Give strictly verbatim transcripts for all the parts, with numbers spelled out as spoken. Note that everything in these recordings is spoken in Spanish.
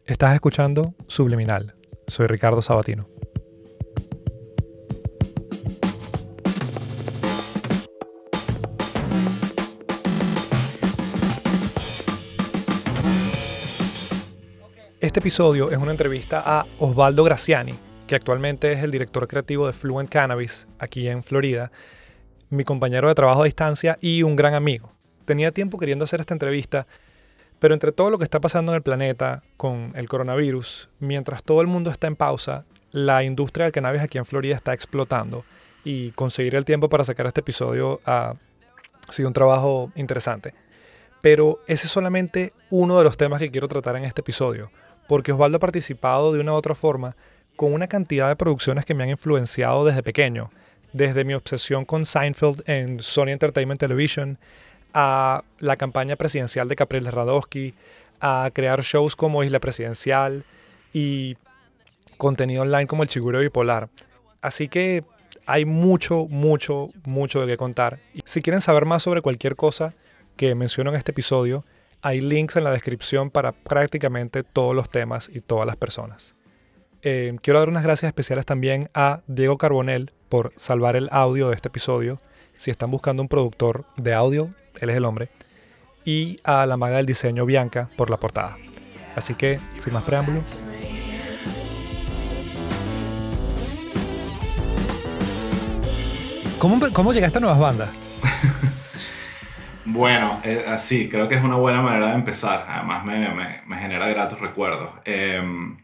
Estás escuchando Subliminal. Soy Ricardo Sabatino. Este episodio es una entrevista a Osvaldo Graziani, que actualmente es el director creativo de Fluent Cannabis aquí en Florida, mi compañero de trabajo a distancia y un gran amigo. Tenía tiempo queriendo hacer esta entrevista, pero entre todo lo que está pasando en el planeta con el coronavirus, mientras todo el mundo está en pausa, la industria del cannabis aquí en Florida está explotando y conseguir el tiempo para sacar este episodio ha sido un trabajo interesante. Pero ese es solamente uno de los temas que quiero tratar en este episodio, porque Osvaldo ha participado de una u otra forma con una cantidad de producciones que me han influenciado desde pequeño, desde mi obsesión con Seinfeld en Sony Entertainment Television, a la campaña presidencial de Capriles Radowski, a crear shows como Isla Presidencial y contenido online como El Chiguro Bipolar. Así que hay mucho, mucho, mucho de qué contar. Y si quieren saber más sobre cualquier cosa que menciono en este episodio, hay links en la descripción para prácticamente todos los temas y todas las personas. Eh, quiero dar unas gracias especiales también a Diego Carbonell por salvar el audio de este episodio. Si están buscando un productor de audio, él es el hombre. Y a la maga del diseño, Bianca, por la portada. Así que, sin más preámbulos. ¿Cómo, cómo llegaste a Nuevas Bandas? Bueno, eh, así, creo que es una buena manera de empezar. Además me, me, me genera gratos recuerdos. Eh,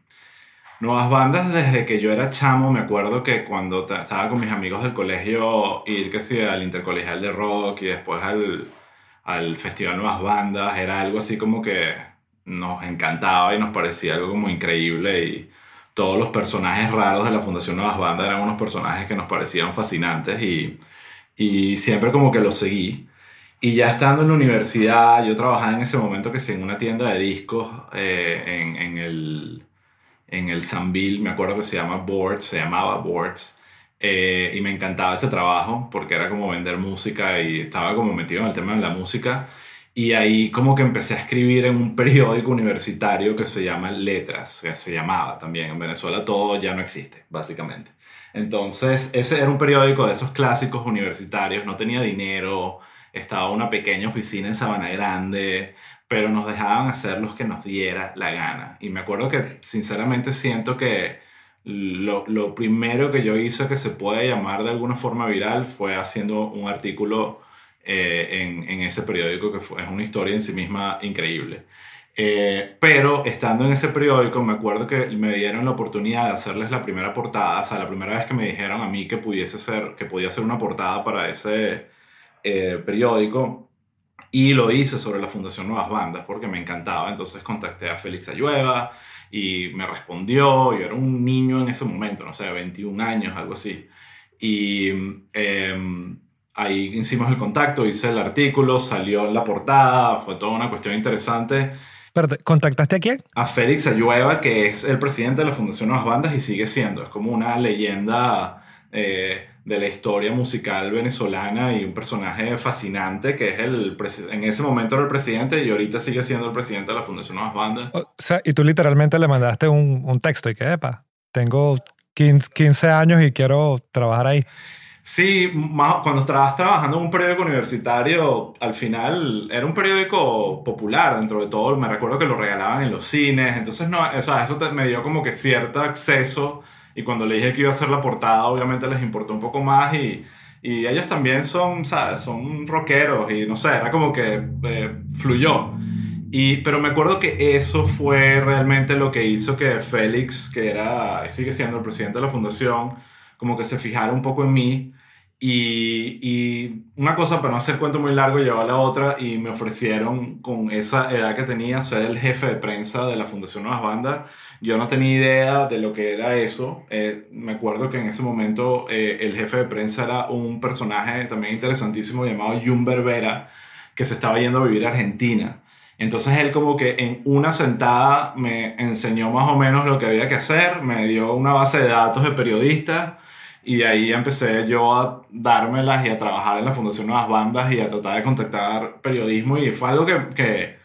Nuevas Bandas, desde que yo era chamo, me acuerdo que cuando t- estaba con mis amigos del colegio, ir que sí, al intercolegial de rock y después al, al Festival Nuevas Bandas, era algo así como que nos encantaba y nos parecía algo como increíble. Y todos los personajes raros de la Fundación Nuevas Bandas eran unos personajes que nos parecían fascinantes y, y siempre como que los seguí. Y ya estando en la universidad, yo trabajaba en ese momento que sí, en una tienda de discos eh, en, en el, en el Sambil, me acuerdo que se llama Boards, se llamaba Boards, eh, y me encantaba ese trabajo porque era como vender música y estaba como metido en el tema de la música. Y ahí como que empecé a escribir en un periódico universitario que se llama Letras, que se llamaba también. En Venezuela todo ya no existe, básicamente. Entonces, ese era un periódico de esos clásicos universitarios, no tenía dinero, estaba en una pequeña oficina en Sabana Grande, pero nos dejaban hacer los que nos diera la gana. Y me acuerdo que, sinceramente, siento que lo, lo primero que yo hice que se puede llamar de alguna forma viral fue haciendo un artículo eh, en, en ese periódico, que fue, es una historia en sí misma increíble. Eh, pero estando en ese periódico, me acuerdo que me dieron la oportunidad de hacerles la primera portada, o sea, la primera vez que me dijeron a mí que pudiese ser, que podía ser una portada para ese eh, periódico, y lo hice sobre la Fundación Nuevas Bandas porque me encantaba. Entonces contacté a Félix Ayueva y me respondió. Yo era un niño en ese momento, no sé, veintiún años, algo así. Y eh, ahí hicimos el contacto, hice el artículo, salió en la portada, fue toda una cuestión interesante. Espérate, ¿contactaste a quién? A Félix Ayueva, que es el presidente de la Fundación Nuevas Bandas y sigue siendo. Es como una leyenda eh, de la historia musical venezolana y un personaje fascinante que es el presi- en ese momento era el presidente y ahorita sigue siendo el presidente de la Fundación Nuevas Bandas. O sea, y tú literalmente le mandaste un, un texto y que, epa, tengo quince, quince años y quiero trabajar ahí. Sí, más, cuando estabas trabajando en un periódico universitario, al final era un periódico popular dentro de todo. Me recuerdo que lo regalaban en los cines, entonces no, o sea, eso te- me dio como que cierto acceso. Y cuando le dije que iba a hacer la portada, obviamente les importó un poco más. Y, y ellos también son, ¿sabes? Son rockeros y no sé, era como que eh, fluyó. Y, pero me acuerdo que eso fue realmente lo que hizo que Félix, que era, sigue siendo el presidente de la fundación, como que se fijara un poco en mí. Y, y una cosa, para no hacer cuento muy largo, llevó a la otra y me ofrecieron, con esa edad que tenía, ser el jefe de prensa de la Fundación Nuevas Bandas. Yo no tenía idea de lo que era eso. Eh, me acuerdo que en ese momento eh, el jefe de prensa era un personaje también interesantísimo llamado Jun Berbera, que se estaba yendo a vivir a Argentina. Entonces él como que en una sentada me enseñó más o menos lo que había que hacer, me dio una base de datos de periodistas y de ahí empecé yo a dármelas y a trabajar en la Fundación Nuevas Bandas y a tratar de contactar periodismo y fue algo que, que,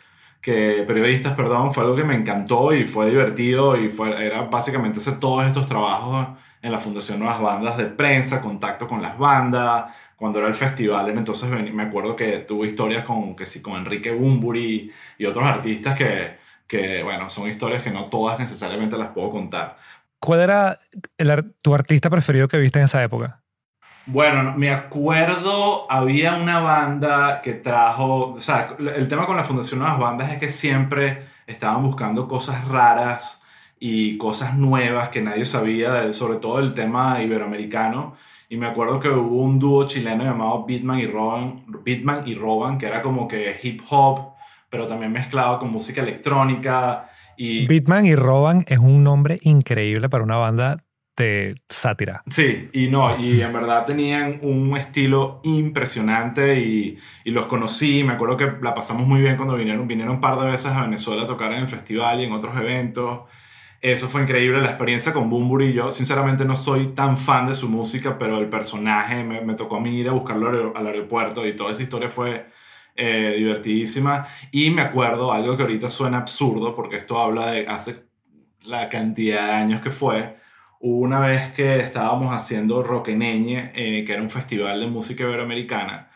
que periodistas, perdón, fue algo que me encantó y fue divertido y fue, era básicamente hacer todos estos trabajos en la Fundación Nuevas Bandas de prensa, contacto con las bandas, cuando era el festival, entonces me acuerdo que tuve historias con, que sí, con Enrique Bunbury y otros artistas que, que, bueno, son historias que no todas necesariamente las puedo contar. ¿Cuál era el, ar- tu artista preferido que viste en esa época? Bueno, no- me acuerdo, había una banda que trajo, o sea, el tema con la Fundación Nuevas Bandas es que siempre estaban buscando cosas raras y cosas nuevas que nadie sabía, de- sobre todo el tema iberoamericano. Y me acuerdo que hubo un dúo chileno llamado Beatman y Roban, Beatman y Roban, que era como que hip hop, pero también mezclado con música electrónica. Y Beatman y Roban es un nombre increíble para una banda de sátira. sí, y no, y en verdad tenían un estilo impresionante y, y los conocí, me acuerdo que la pasamos muy bien cuando vinieron, vinieron un par de veces a Venezuela a tocar en el festival y en otros eventos. Eso fue increíble, la experiencia con Bunbury. Yo sinceramente no soy tan fan de su música, pero el personaje me, me tocó a mí ir a buscarlo al aer- al aeropuerto y toda esa historia fue eh, divertidísima. Y me acuerdo algo que ahorita suena absurdo, porque esto habla de hace la cantidad de años que fue. Hubo una vez que estábamos haciendo Roqueneñe, eh, que era un festival de música iberoamericana,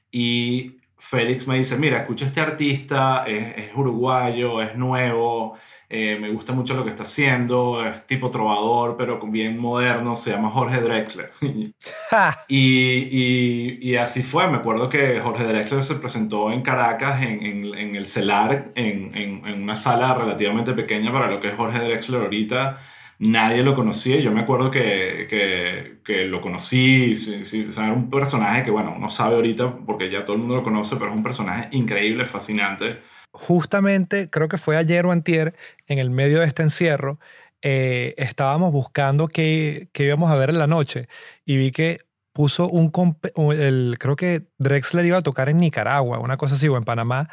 y Félix me dice, mira, escucha este artista, es, es uruguayo, es nuevo, eh, me gusta mucho lo que está haciendo, es tipo trovador, pero bien moderno, se llama Jorge Drexler. ¡Ja! Y, y, y así fue, me acuerdo que Jorge Drexler se presentó en Caracas, en, en, en el CELAR, en, en, en una sala relativamente pequeña para lo que es Jorge Drexler ahorita. Nadie lo conocía, yo me acuerdo que, que, que lo conocí, sí, sí, o sea, era un personaje que, bueno, uno sabe ahorita porque ya todo el mundo lo conoce, pero es un personaje increíble, fascinante. Justamente, creo que fue ayer o antier, en el medio de este encierro, eh, estábamos buscando qué, qué íbamos a ver en la noche y vi que puso un... comp- un- el, creo que Drexler iba a tocar en Nicaragua, una cosa así, o en Panamá,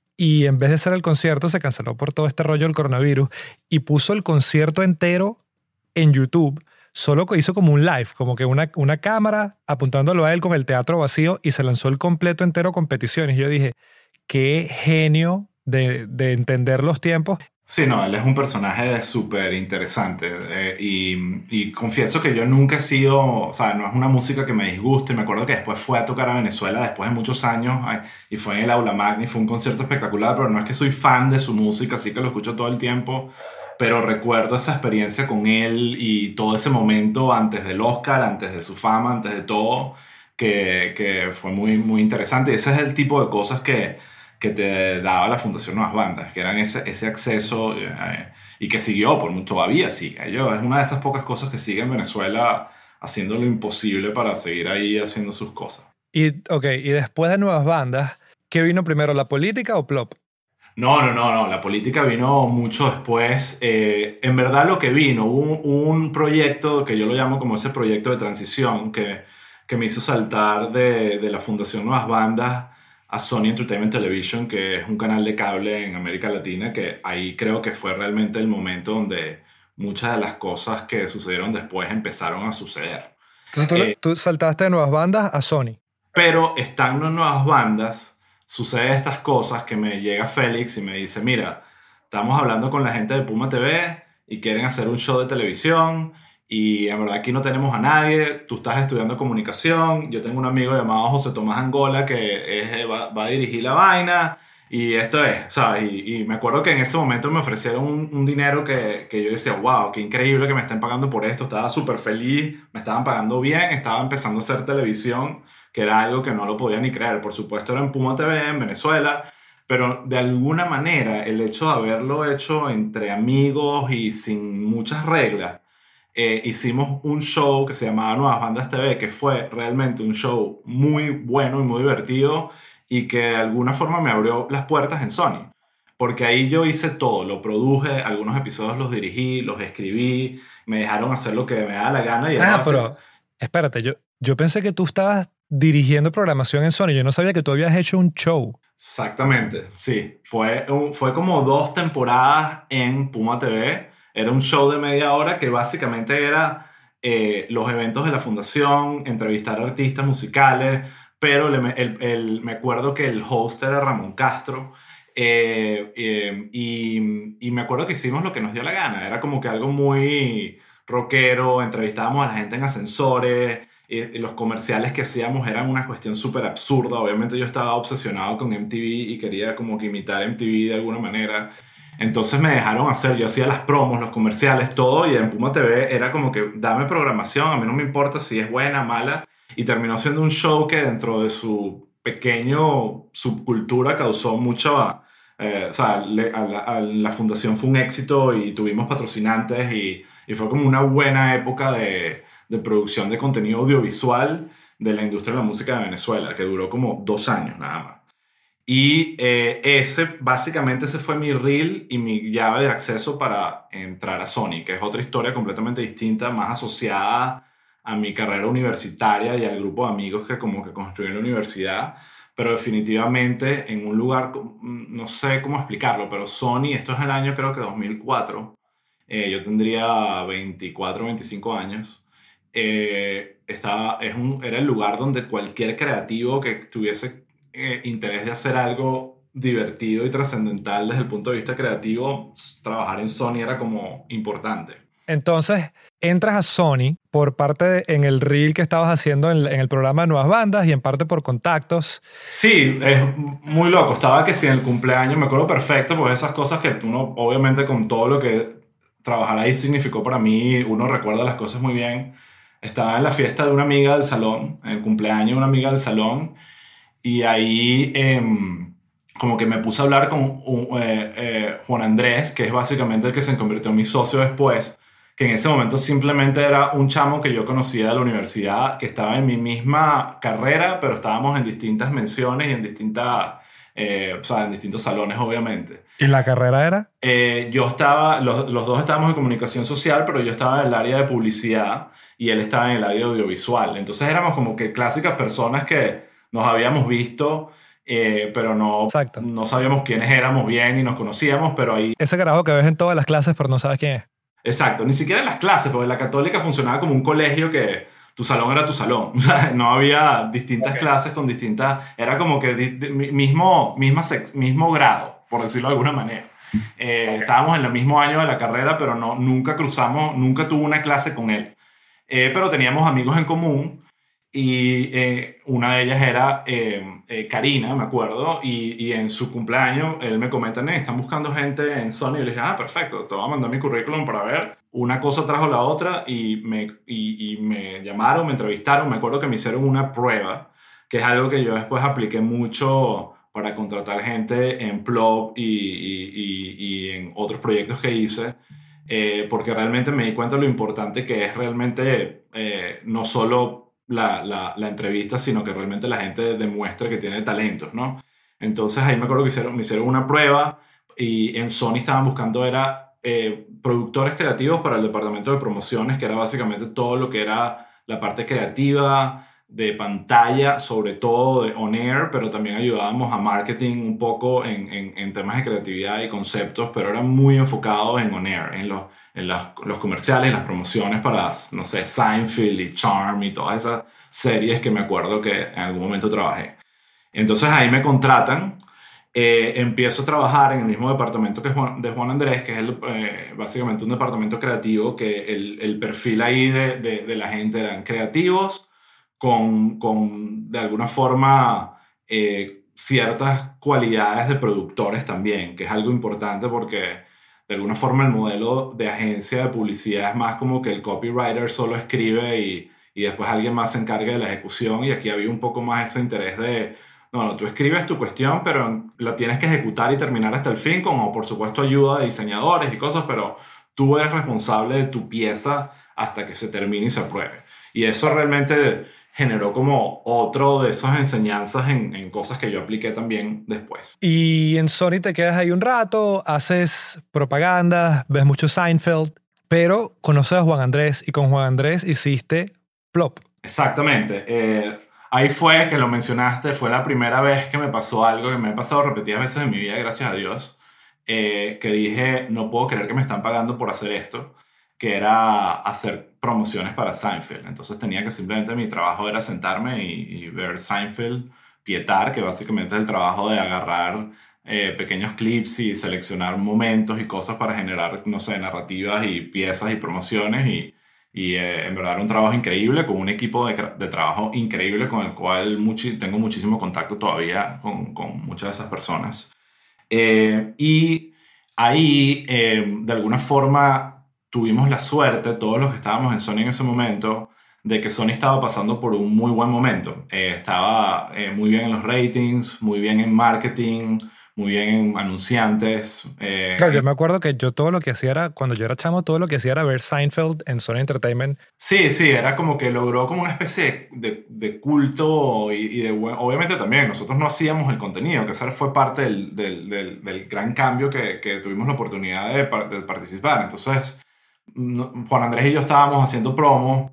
y en vez de hacer el concierto se canceló por todo este rollo del coronavirus y puso el concierto entero en YouTube. Solo que hizo como un live, como que una, una cámara apuntándolo a él con el teatro vacío y se lanzó el completo entero con peticiones. Y yo dije, qué genio de, de entender los tiempos. Sí, no, él es un personaje súper interesante eh, y, y confieso que yo nunca he sido, o sea, no es una música que me disguste. Me acuerdo que después fue a tocar a Venezuela después de muchos años ay, y fue en el Aula Magni, fue un concierto espectacular, pero no es que soy fan de su música, así que lo escucho todo el tiempo, pero recuerdo esa experiencia con él y todo ese momento antes del Oscar, antes de su fama, antes de todo, que, que fue muy, muy interesante. Y ese es el tipo de cosas que que te daba la Fundación Nuevas Bandas, que eran ese, ese acceso eh, y que siguió, por, todavía sigue. Yo, es una de esas pocas cosas que sigue en Venezuela haciendo lo imposible para seguir ahí haciendo sus cosas. Y, ok, y después de Nuevas Bandas, ¿qué vino primero, la política o Plop? No, no, no, no, la política vino mucho después. Eh, en verdad lo que vino, un, un proyecto que yo lo llamo como ese proyecto de transición que, que me hizo saltar de, de la Fundación Nuevas Bandas a Sony Entertainment Television, que es un canal de cable en América Latina, que ahí creo que fue realmente el momento donde muchas de las cosas que sucedieron después empezaron a suceder. Entonces tú, Eh, tú saltaste de Nuevas Bandas a Sony. pero estando en Nuevas Bandas, sucede estas cosas que me llega Félix y me dice, mira, estamos hablando con la gente de Puma T V y quieren hacer un show de televisión y en verdad aquí no tenemos a nadie, tú estás estudiando comunicación, yo tengo un amigo llamado José Tomás Angola que es- va, va a dirigir la vaina y esto es, ¿sabes? Y, y me acuerdo que en ese momento me ofrecieron un, un dinero que, que yo decía, wow, qué increíble que me estén pagando por esto, estaba súper feliz, me estaban pagando bien, estaba empezando a hacer televisión, que era algo que no lo podía ni creer. Por supuesto era en Puma T V, en Venezuela, pero de alguna manera el hecho de haberlo hecho entre amigos y sin muchas reglas, eh, hicimos un show que se llamaba Nuevas Bandas T V, que fue realmente un show muy bueno y muy divertido y que de alguna forma me abrió las puertas en Sony. Porque ahí yo hice todo, lo produje, algunos episodios los dirigí, los escribí, me dejaron hacer lo que me daba la gana y era Ah, básicamente... pero espérate, yo, yo pensé que tú estabas dirigiendo programación en Sony. Yo no sabía que tú habías hecho un show. Exactamente, sí. Fue, un- fue como dos temporadas en Puma T V. Era un show de media hora que básicamente era eh, los eventos de la fundación, entrevistar a artistas musicales, pero le me- el- el- me acuerdo que el host era Ramón Castro Eh, eh, y, y me acuerdo que hicimos lo que nos dio la gana. Era como que algo muy rockero. Entrevistábamos a la gente en ascensores. Y, y los comerciales que hacíamos eran una cuestión súper absurda. Obviamente yo estaba obsesionado con M T V y quería como que imitar M T V de alguna manera. Entonces me dejaron hacer, yo hacía las promos, los comerciales, todo, y en Puma T V era como que dame programación, a mí no me importa si es buena, mala, y terminó siendo un show que dentro de su pequeño subcultura causó mucho, eh, o sea, le- a la, a la fundación fue un éxito y tuvimos patrocinantes y, y fue como una buena época de, de producción de contenido audiovisual de la industria de la música de Venezuela, que duró como dos años nada más. Y eh, ese, básicamente ese fue mi reel y mi llave de acceso para entrar a Sony, que es otra historia completamente distinta, más asociada a mi carrera universitaria y al grupo de amigos que como que construí en la universidad, pero definitivamente en un lugar, co- no sé cómo explicarlo, pero Sony, esto es el año creo que dos mil cuatro, eh, yo tendría veinticuatro veinticinco años, eh, estaba, es un, era el lugar donde cualquier creativo que tuviese eh, interés de hacer algo divertido y trascendental desde el punto de vista creativo, s- trabajar en Sony era como importante. Entonces, entras a Sony por parte de- en el reel que estabas haciendo en, en el programa de Nuevas Bandas y en parte por contactos. Sí, es muy loco. Estaba que si en el cumpleaños, me acuerdo perfecto, pues esas cosas que uno, obviamente con todo lo que trabajar ahí significó para mí, uno recuerda las cosas muy bien. Estaba en la fiesta de una amiga del salón, en el cumpleaños de una amiga del salón, y ahí em, como que me puse a hablar con un- eh, eh, Juan Andrés, que es básicamente el que se convirtió en mi socio después, que en ese momento simplemente era un chamo que yo conocía de la universidad, que estaba en mi misma carrera, pero estábamos en distintas menciones y en distintas, eh, o sea, en distintos salones, obviamente. ¿Y la carrera era? Eh, yo estaba, los, los dos estábamos en comunicación social, pero yo estaba en el área de publicidad y él estaba en el área audiovisual. Entonces éramos como que clásicas personas que nos habíamos visto, eh, pero no, Exacto. no sabíamos quiénes éramos bien y nos conocíamos, pero ahí, Ese carajo que ves en todas las clases, pero no sabes quién es. exacto, ni siquiera en las clases, porque la católica funcionaba como un colegio que tu salón era tu salón. O sea, no había distintas Ok. clases con distintas, era como que di- di- mismo, misma sex- mismo grado, por decirlo de alguna manera. Eh, Ok. estábamos en el mismo año de la carrera, pero no, nunca cruzamos, nunca tuve una clase con él. Eh, pero teníamos amigos en común y eh, una de ellas era eh, eh, Karina, me acuerdo, y, y en su cumpleaños él me comenta, "Ne, están buscando gente en Sony", y le dije, ah, perfecto, te voy a mandar mi currículum para ver. Una cosa trajo la otra y me, y, y me llamaron, me entrevistaron, me acuerdo que me hicieron una prueba, que es algo que yo después apliqué mucho para contratar gente en Plop y, y, y, y en otros proyectos que hice, eh, porque realmente me di cuenta de lo importante que es realmente eh, no solo la, la, la entrevista, sino que realmente la gente demuestre que tiene talentos, ¿no? Entonces ahí me acuerdo que hicieron, me hicieron una prueba y en Sony estaban buscando era eh, productores creativos para el departamento de promociones, que era básicamente todo lo que era la parte creativa de pantalla, sobre todo de on air, pero también ayudábamos a marketing un poco en, en, en temas de creatividad y conceptos, pero eran muy enfocados en on air, en los, en los, los comerciales, las promociones para, no sé, Seinfeld y Charm y todas esas series que me acuerdo que en algún momento trabajé. Entonces ahí me contratan, eh, empiezo a trabajar en el mismo departamento que Juan, de Juan Andrés, que es el, eh, básicamente un departamento creativo, que el, el perfil ahí de, de, de la gente eran creativos con, con de alguna forma, eh, ciertas cualidades de productores también, que es algo importante porque de alguna forma el modelo de agencia de publicidad es más como que el copywriter solo escribe y, y después alguien más se encarga de la ejecución, y aquí había un poco más ese interés de, no, no, tú escribes tu cuestión, pero la tienes que ejecutar y terminar hasta el fin, como por supuesto ayuda de diseñadores y cosas, pero tú eres responsable de tu pieza hasta que se termine y se apruebe. Y eso realmente generó como otro de esas enseñanzas en, en cosas que yo apliqué también después. Y en Sony te quedas ahí un rato, haces propaganda, ves mucho Seinfeld, pero conoces a Juan Andrés y con Juan Andrés hiciste Plop. Exactamente. Eh, ahí fue que lo mencionaste, fue la primera vez que me pasó algo que me ha pasado repetidas veces en mi vida, gracias a Dios, eh, que dije, no puedo creer que me están pagando por hacer esto, que era hacer promociones para Seinfeld. Entonces tenía que simplemente, mi trabajo era sentarme y, y ver Seinfeld pietar, que básicamente es el trabajo de agarrar eh, pequeños clips y seleccionar momentos y cosas para generar, no sé, narrativas y piezas y promociones. Y, y eh, en verdad era un trabajo increíble, con un equipo de, de trabajo increíble con el cual muchi tengo muchísimo contacto todavía con, con muchas de esas personas. Eh, y ahí, eh, de alguna forma, tuvimos la suerte, todos los que estábamos en Sony en ese momento, de que Sony estaba pasando por un muy buen momento. Eh, estaba eh, muy bien en los ratings, muy bien en marketing, muy bien en anunciantes. Claro, Eh, yo me acuerdo que yo todo lo que hacía era, cuando yo era chamo, todo lo que hacía era ver Seinfeld en Sony Entertainment. sí, sí, era como que logró como una especie de, de culto y, y de buen- obviamente también nosotros no hacíamos el contenido, que esa fue parte del, del, del, del gran cambio que, que tuvimos la oportunidad de, par- de participar. Entonces, no- Juan Andrés y yo estábamos haciendo promo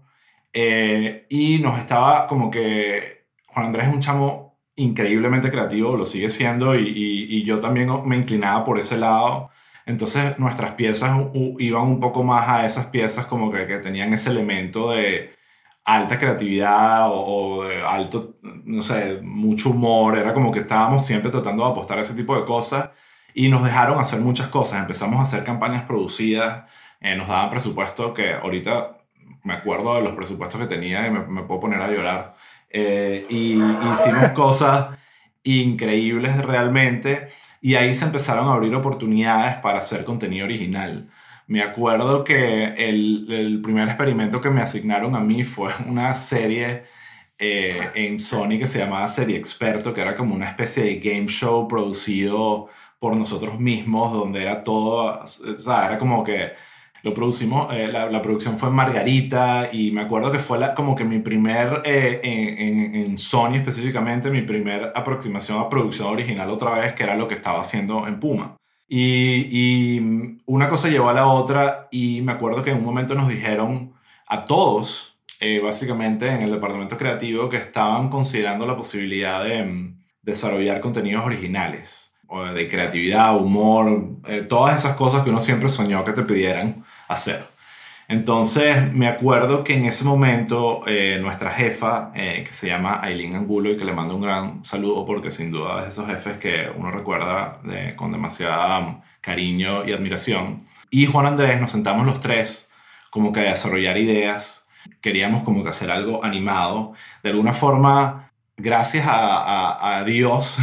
eh, y nos estaba como que Juan Andrés es un chamo increíblemente creativo, lo sigue siendo y, y, y yo también me inclinaba por ese lado. Entonces nuestras piezas u- iban un poco más a esas piezas como que, que tenían ese elemento de alta creatividad o, o de alto, no sé, mucho humor. Era como que estábamos siempre tratando de apostar a ese tipo de cosas y nos dejaron hacer muchas cosas. Empezamos a hacer campañas producidas, eh, nos daban presupuesto que ahorita me acuerdo de los presupuestos que tenía y me, me puedo poner a llorar. Eh, y hicimos cosas increíbles realmente. Y ahí se empezaron a abrir oportunidades para hacer contenido original. Me acuerdo que el, el primer experimento que me asignaron a mí fue una serie eh, en Sony que se llamaba Serie Experto, que era como una especie de game show producido por nosotros mismos, donde era todo, o sea, era como que lo producimos, eh, la, la producción fue en Margarita y me acuerdo que fue la, como que mi primer, eh, en, en, en Sony específicamente, mi primer aproximación a producción original otra vez, que era lo que estaba haciendo en Puma. Y, y una cosa llevó a la otra y me acuerdo que en un momento nos dijeron a todos, eh, básicamente en el departamento creativo, que estaban considerando la posibilidad de mm, desarrollar contenidos originales, o de creatividad, humor, eh, todas esas cosas que uno siempre soñó que te pidieran hacer. Entonces me acuerdo que en ese momento eh, nuestra jefa, eh, que se llama Aileen Angulo y que le mando un gran saludo porque sin duda es de esos jefes que uno recuerda de, con demasiada um, cariño y admiración, y Juan Andrés, nos sentamos los tres como que a desarrollar ideas. Queríamos como que hacer algo animado. De alguna forma, gracias a, a, a Dios,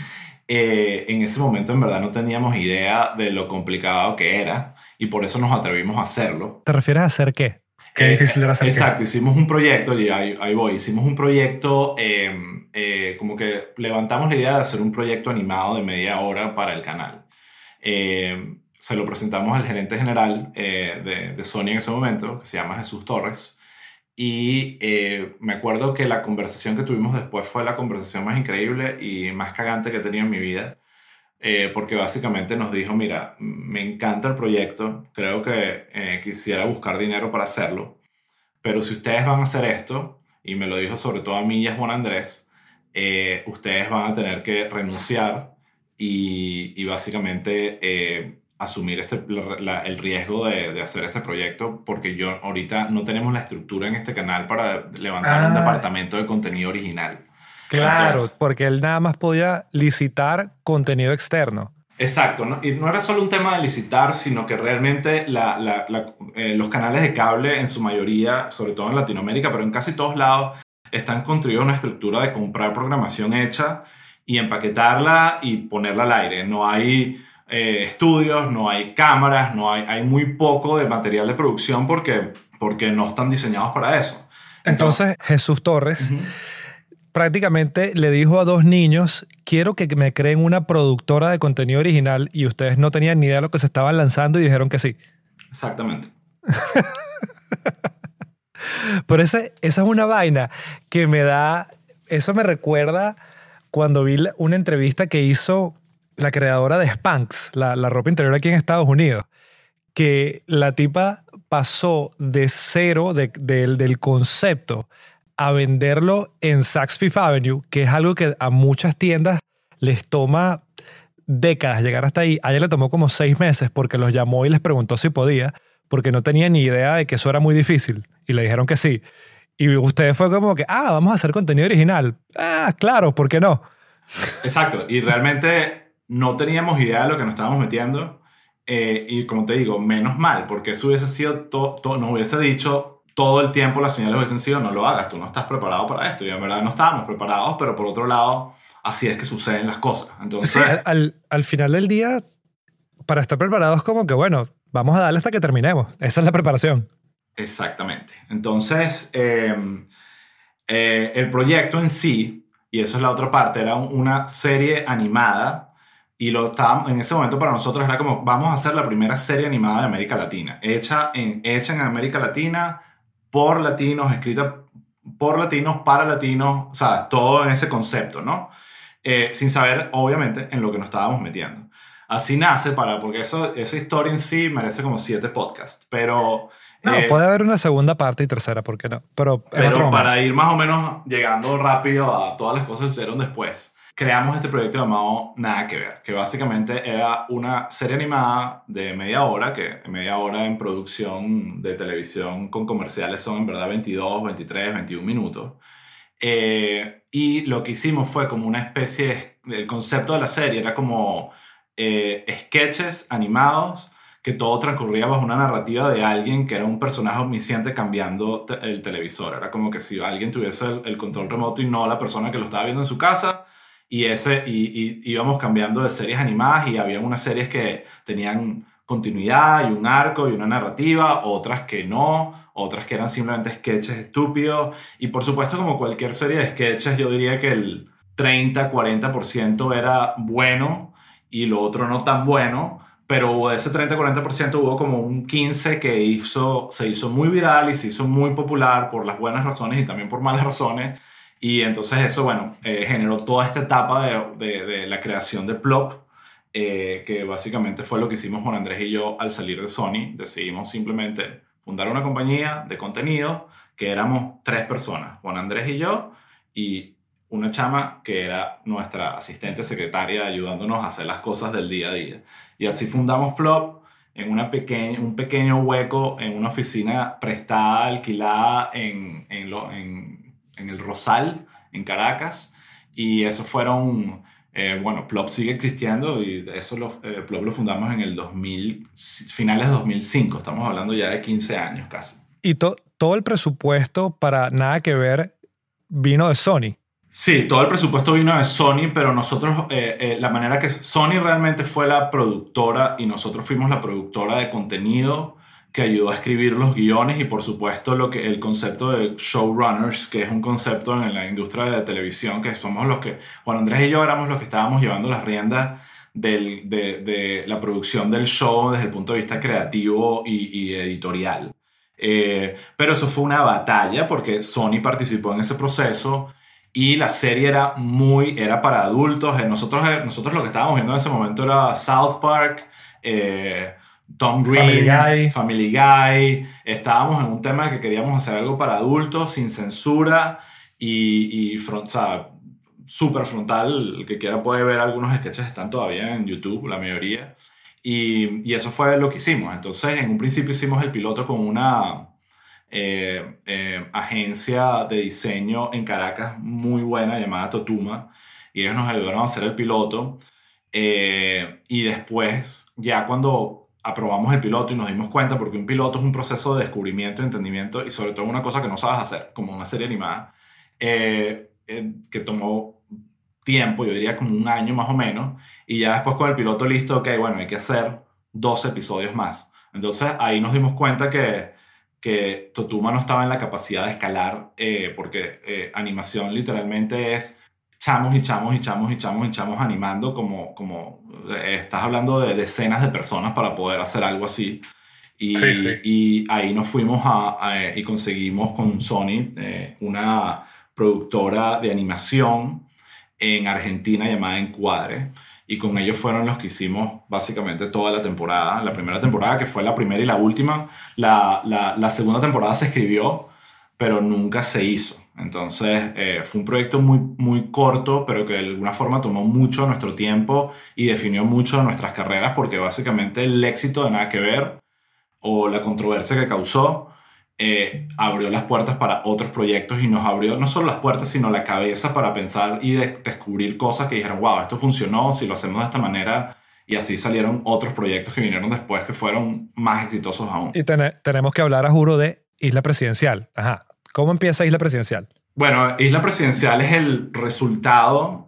eh, en ese momento en verdad no teníamos idea de lo complicado que era y por eso nos atrevimos a hacerlo. ¿Te refieres a hacer qué? Qué Eh, difícil era hacer qué. exacto, hicimos un proyecto, y ahí, ahí voy, hicimos un proyecto, eh, eh, como que levantamos la idea de hacer un proyecto animado de media hora para el canal. Eh, se lo presentamos al gerente general eh, de, de Sony en ese momento, que se llama Jesús Torres, y eh, me acuerdo que la conversación que tuvimos después fue la conversación más increíble y más cagante que he tenido en mi vida. Eh, porque básicamente nos dijo, mira, me encanta el proyecto, creo que eh, quisiera buscar dinero para hacerlo, pero si ustedes van a hacer esto, y me lo dijo sobre todo a mí y a Juan Andrés, eh, ustedes van a tener que renunciar y, y básicamente eh, asumir este, la- el riesgo de, de hacer este proyecto, porque yo ahorita no tenemos la estructura en este canal para levantar un Ah, departamento de contenido original. claro, Entonces, porque él nada más podía licitar contenido externo. exacto, ¿no? Y no era solo un tema de licitar, sino que realmente la- la- la- eh, los canales de cable en su mayoría, sobre todo en Latinoamérica, pero en casi todos lados, están construidos una estructura de comprar programación hecha y empaquetarla y ponerla al aire. No hay eh, estudios, no hay cámaras, no hay, hay muy poco de material de producción porque, porque no están diseñados para eso. Entonces, Entonces Jesús Torres ujú, prácticamente le dijo a dos niños, quiero que me creen una productora de contenido original, y ustedes no tenían ni idea de lo que se estaban lanzando y dijeron que sí. exactamente. Pero ese, esa es una vaina que me da, eso me recuerda cuando vi la- una entrevista que hizo la creadora de Spanx, la, la ropa interior aquí en Estados Unidos, que la tipa pasó de cero, de- del del concepto, a venderlo en Saks Fifth Avenue, que es algo que a muchas tiendas les toma décadas llegar hasta ahí. A ella le tomó como seis meses porque los llamó y les preguntó si podía, porque no tenía ni idea de que eso era muy difícil. Y le dijeron que sí. Y ustedes fue como que, ah, vamos a hacer contenido original. Ah, claro, ¿por qué no? Exacto, y realmente no teníamos idea de lo que nos estábamos metiendo. Eh, y como te digo, menos mal, porque eso hubiese sido, to, to, nos hubiese dicho todo el tiempo, las señales hubiesen sido, no lo hagas, tú no estás preparado para esto. Y en verdad no estábamos preparados, pero por otro lado, así es que suceden las cosas. Entonces, sí, al, al, al final del día, para estar preparados como que, bueno, vamos a darle hasta que terminemos. Esa es la preparación. Exactamente. Entonces, eh, eh, el proyecto en sí, y eso es la otra parte, era una serie animada. Y lo estábamos, en ese momento para nosotros era como, vamos a hacer la primera serie animada de América Latina, hecha en, hecha en América Latina, por latinos, escrita por latinos, para latinos, o sea, todo en ese concepto, ¿no? Eh, sin saber, obviamente, en lo que nos estábamos metiendo. Así nace, para, porque eso, esa historia en sí merece como siete podcasts, pero... No, eh, puede haber una segunda parte y tercera, ¿por qué no? Pero, pero para ir más o menos llegando rápido a todas las cosas que sucedieron después, creamos este proyecto llamado Nada que Ver, que básicamente era una serie animada de media hora, que media hora en producción de televisión con comerciales son en verdad veintidós, veintitrés, veintiún minutos. Eh, y lo que hicimos fue como una especie de... El concepto de la serie era como eh, sketches animados que todo transcurría bajo una narrativa de alguien que era un personaje omnisciente cambiando te el televisor. Era como que si alguien tuviese el, el control remoto y no la persona que lo estaba viendo en su casa. Y, ese, y, y íbamos cambiando de series animadas y había unas series que tenían continuidad y un arco y una narrativa, otras que no, otras que eran simplemente sketches estúpidos. Y por supuesto, como cualquier serie de sketches, yo diría que el treinta, cuarenta por ciento era bueno y lo otro no tan bueno, pero de ese treinta, cuarenta por ciento hubo como un quince que hizo, se hizo muy viral y se hizo muy popular por las buenas razones y también por malas razones. Y entonces eso, bueno, eh, generó toda esta etapa de, de, de la creación de Plop, eh, que básicamente fue lo que hicimos Juan Andrés y yo al salir de Sony. Decidimos simplemente fundar una compañía de contenido que éramos tres personas, Juan Andrés y yo, y una chama que era nuestra asistente secretaria ayudándonos a hacer las cosas del día a día. Y así fundamos Plop en una pequeña, un pequeño hueco en una oficina prestada, alquilada en... en, lo, en en el Rosal, en Caracas, y eso fueron, eh, bueno, Plop sigue existiendo y eso lo, eh, Plop lo fundamos en el dos mil, finales de dos mil cinco, estamos hablando ya de quince años casi. Y to, todo el presupuesto para Nada que Ver vino de Sony. Sí, todo el presupuesto vino de Sony, pero nosotros, eh, eh, la manera que Sony realmente fue la productora y nosotros fuimos la productora de contenido que ayudó a escribir los guiones y por supuesto lo que, el concepto de showrunners, que es un concepto en la industria de televisión, que somos los que, Juan Andrés y yo éramos los que estábamos llevando las riendas del, de, de la producción del show desde el punto de vista creativo y, y editorial. Eh, pero eso fue una batalla porque Sony participó en ese proceso y la serie era muy, era para adultos. Nosotros, nosotros lo que estábamos viendo en ese momento era South Park, eh, Tom Green, Family Guy. Family Guy. Estábamos en un tema que queríamos hacer algo para adultos, sin censura y, y front, o sea, súper frontal. El que quiera puede ver algunos sketches, están todavía en YouTube, la mayoría. Y, y eso fue lo que hicimos. Entonces, en un principio hicimos el piloto con una eh, eh, agencia de diseño en Caracas muy buena llamada Totuma. Y ellos nos ayudaron a hacer el piloto. Eh, y después, ya cuando aprobamos el piloto y nos dimos cuenta, porque un piloto es un proceso de descubrimiento, entendimiento y sobre todo una cosa que no sabes hacer, como una serie animada, eh, eh, que tomó tiempo, yo diría como un año más o menos, y ya después con el piloto listo, ok, bueno, hay que hacer dos episodios más. Entonces ahí nos dimos cuenta que, que Totuma no estaba en la capacidad de escalar, eh, porque eh, animación literalmente es chamos y chamos y chamos y chamos y chamos animando como, como eh, estás hablando de decenas de personas para poder hacer algo así. Y, sí, sí. y ahí nos fuimos a, a, y conseguimos con Sony eh, una productora de animación en Argentina llamada Encuadre. Y con ellos fueron los que hicimos básicamente toda la temporada. La primera temporada, que fue la primera y la última. La, la, la segunda temporada se escribió, pero nunca se hizo. Entonces eh, fue un proyecto muy, muy corto, pero que de alguna forma tomó mucho nuestro tiempo y definió mucho de nuestras carreras, porque básicamente el éxito de Nada que Ver, o la controversia que causó, eh, abrió las puertas para otros proyectos y nos abrió no solo las puertas, sino la cabeza para pensar y de- descubrir cosas que dijeron, wow, esto funcionó, si lo hacemos de esta manera. Y así salieron otros proyectos que vinieron después que fueron más exitosos aún. Y ten- tenemos que hablar, a juro, de Isla Presidencial. Ajá. ¿Cómo empieza Isla Presidencial? Bueno, Isla Presidencial es el resultado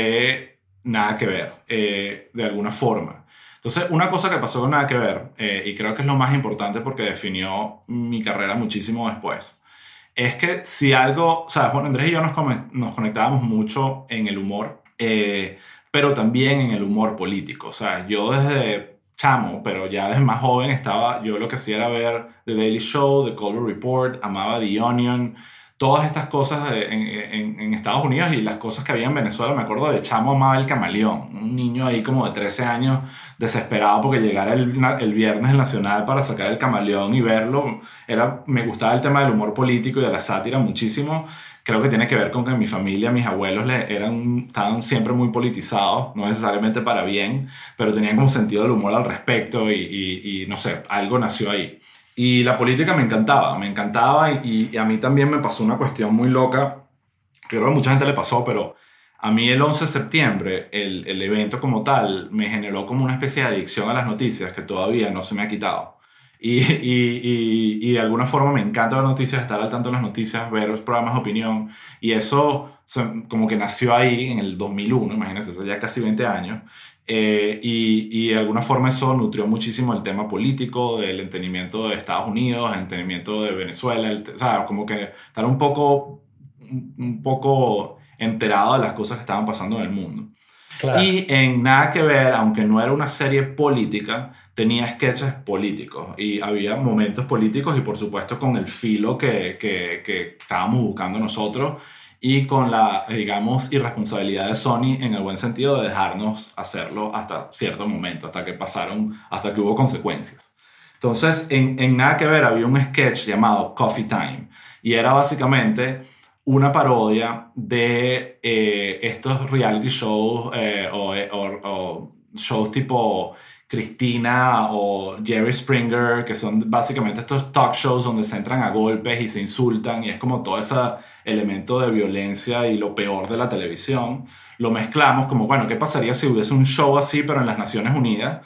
de Nada que Ver, eh, de alguna forma. Entonces, una cosa que pasó con Nada que Ver, eh, y creo que es lo más importante porque definió mi carrera muchísimo después, es que si algo, o sea, Juan Andrés y yo nos, come- nos conectábamos mucho en el humor, eh, pero también en el humor político. O sea, yo desde chamo, pero ya desde más joven estaba, yo lo que hacía era ver The Daily Show, The Colbert Report, amaba The Onion, todas estas cosas de- en, en- en Estados Unidos y las cosas que había en Venezuela. Me acuerdo de chamo, amaba El Camaleón, un niño ahí como de trece años desesperado porque llegara el, na- el viernes el Nacional para sacar El Camaleón y verlo. Era, me gustaba el tema del humor político y de la sátira muchísimo. Creo que tiene que ver con que mi familia, mis abuelos le, eran, estaban siempre muy politizados, no necesariamente para bien, pero tenían como sentido del humor al respecto y, y- y no sé, algo nació ahí. Y la política me encantaba, me encantaba y, y a mí también me pasó una cuestión muy loca, que creo que a mucha gente le pasó, pero a mí el once de septiembre, el, el evento como tal, me generó como una especie de adicción a las noticias que todavía no se me ha quitado. Y, y, y, y de alguna forma me encanta ver noticias, estar al tanto de las noticias, ver los programas de opinión. Y eso se- como que nació ahí en el dos mil uno, imagínense, hace ya casi veinte años. Eh, y, y de alguna forma eso nutrió muchísimo el tema político, del entendimiento de Estados Unidos, el entendimiento de Venezuela, el te- o sea, como que estar un poco, un un poco enterado de las cosas que estaban pasando en el mundo. Claro. Y en Nada que Ver, aunque no era una serie política, tenía sketches políticos y había momentos políticos y por supuesto con el filo que, que, que estábamos buscando nosotros y con la, digamos, irresponsabilidad de Sony en el buen sentido de dejarnos hacerlo hasta cierto momento, hasta que pasaron, hasta que hubo consecuencias. Entonces, en, en Nada que Ver había un sketch llamado Coffee Time y era básicamente una parodia de eh, estos reality shows eh, o, o- o shows tipo Cristina o Jerry Springer, que son básicamente estos talk shows donde se entran a golpes y se insultan y es como todo ese elemento de violencia y lo peor de la televisión. Lo mezclamos como, bueno, ¿qué pasaría si hubiese un show así pero en las Naciones Unidas?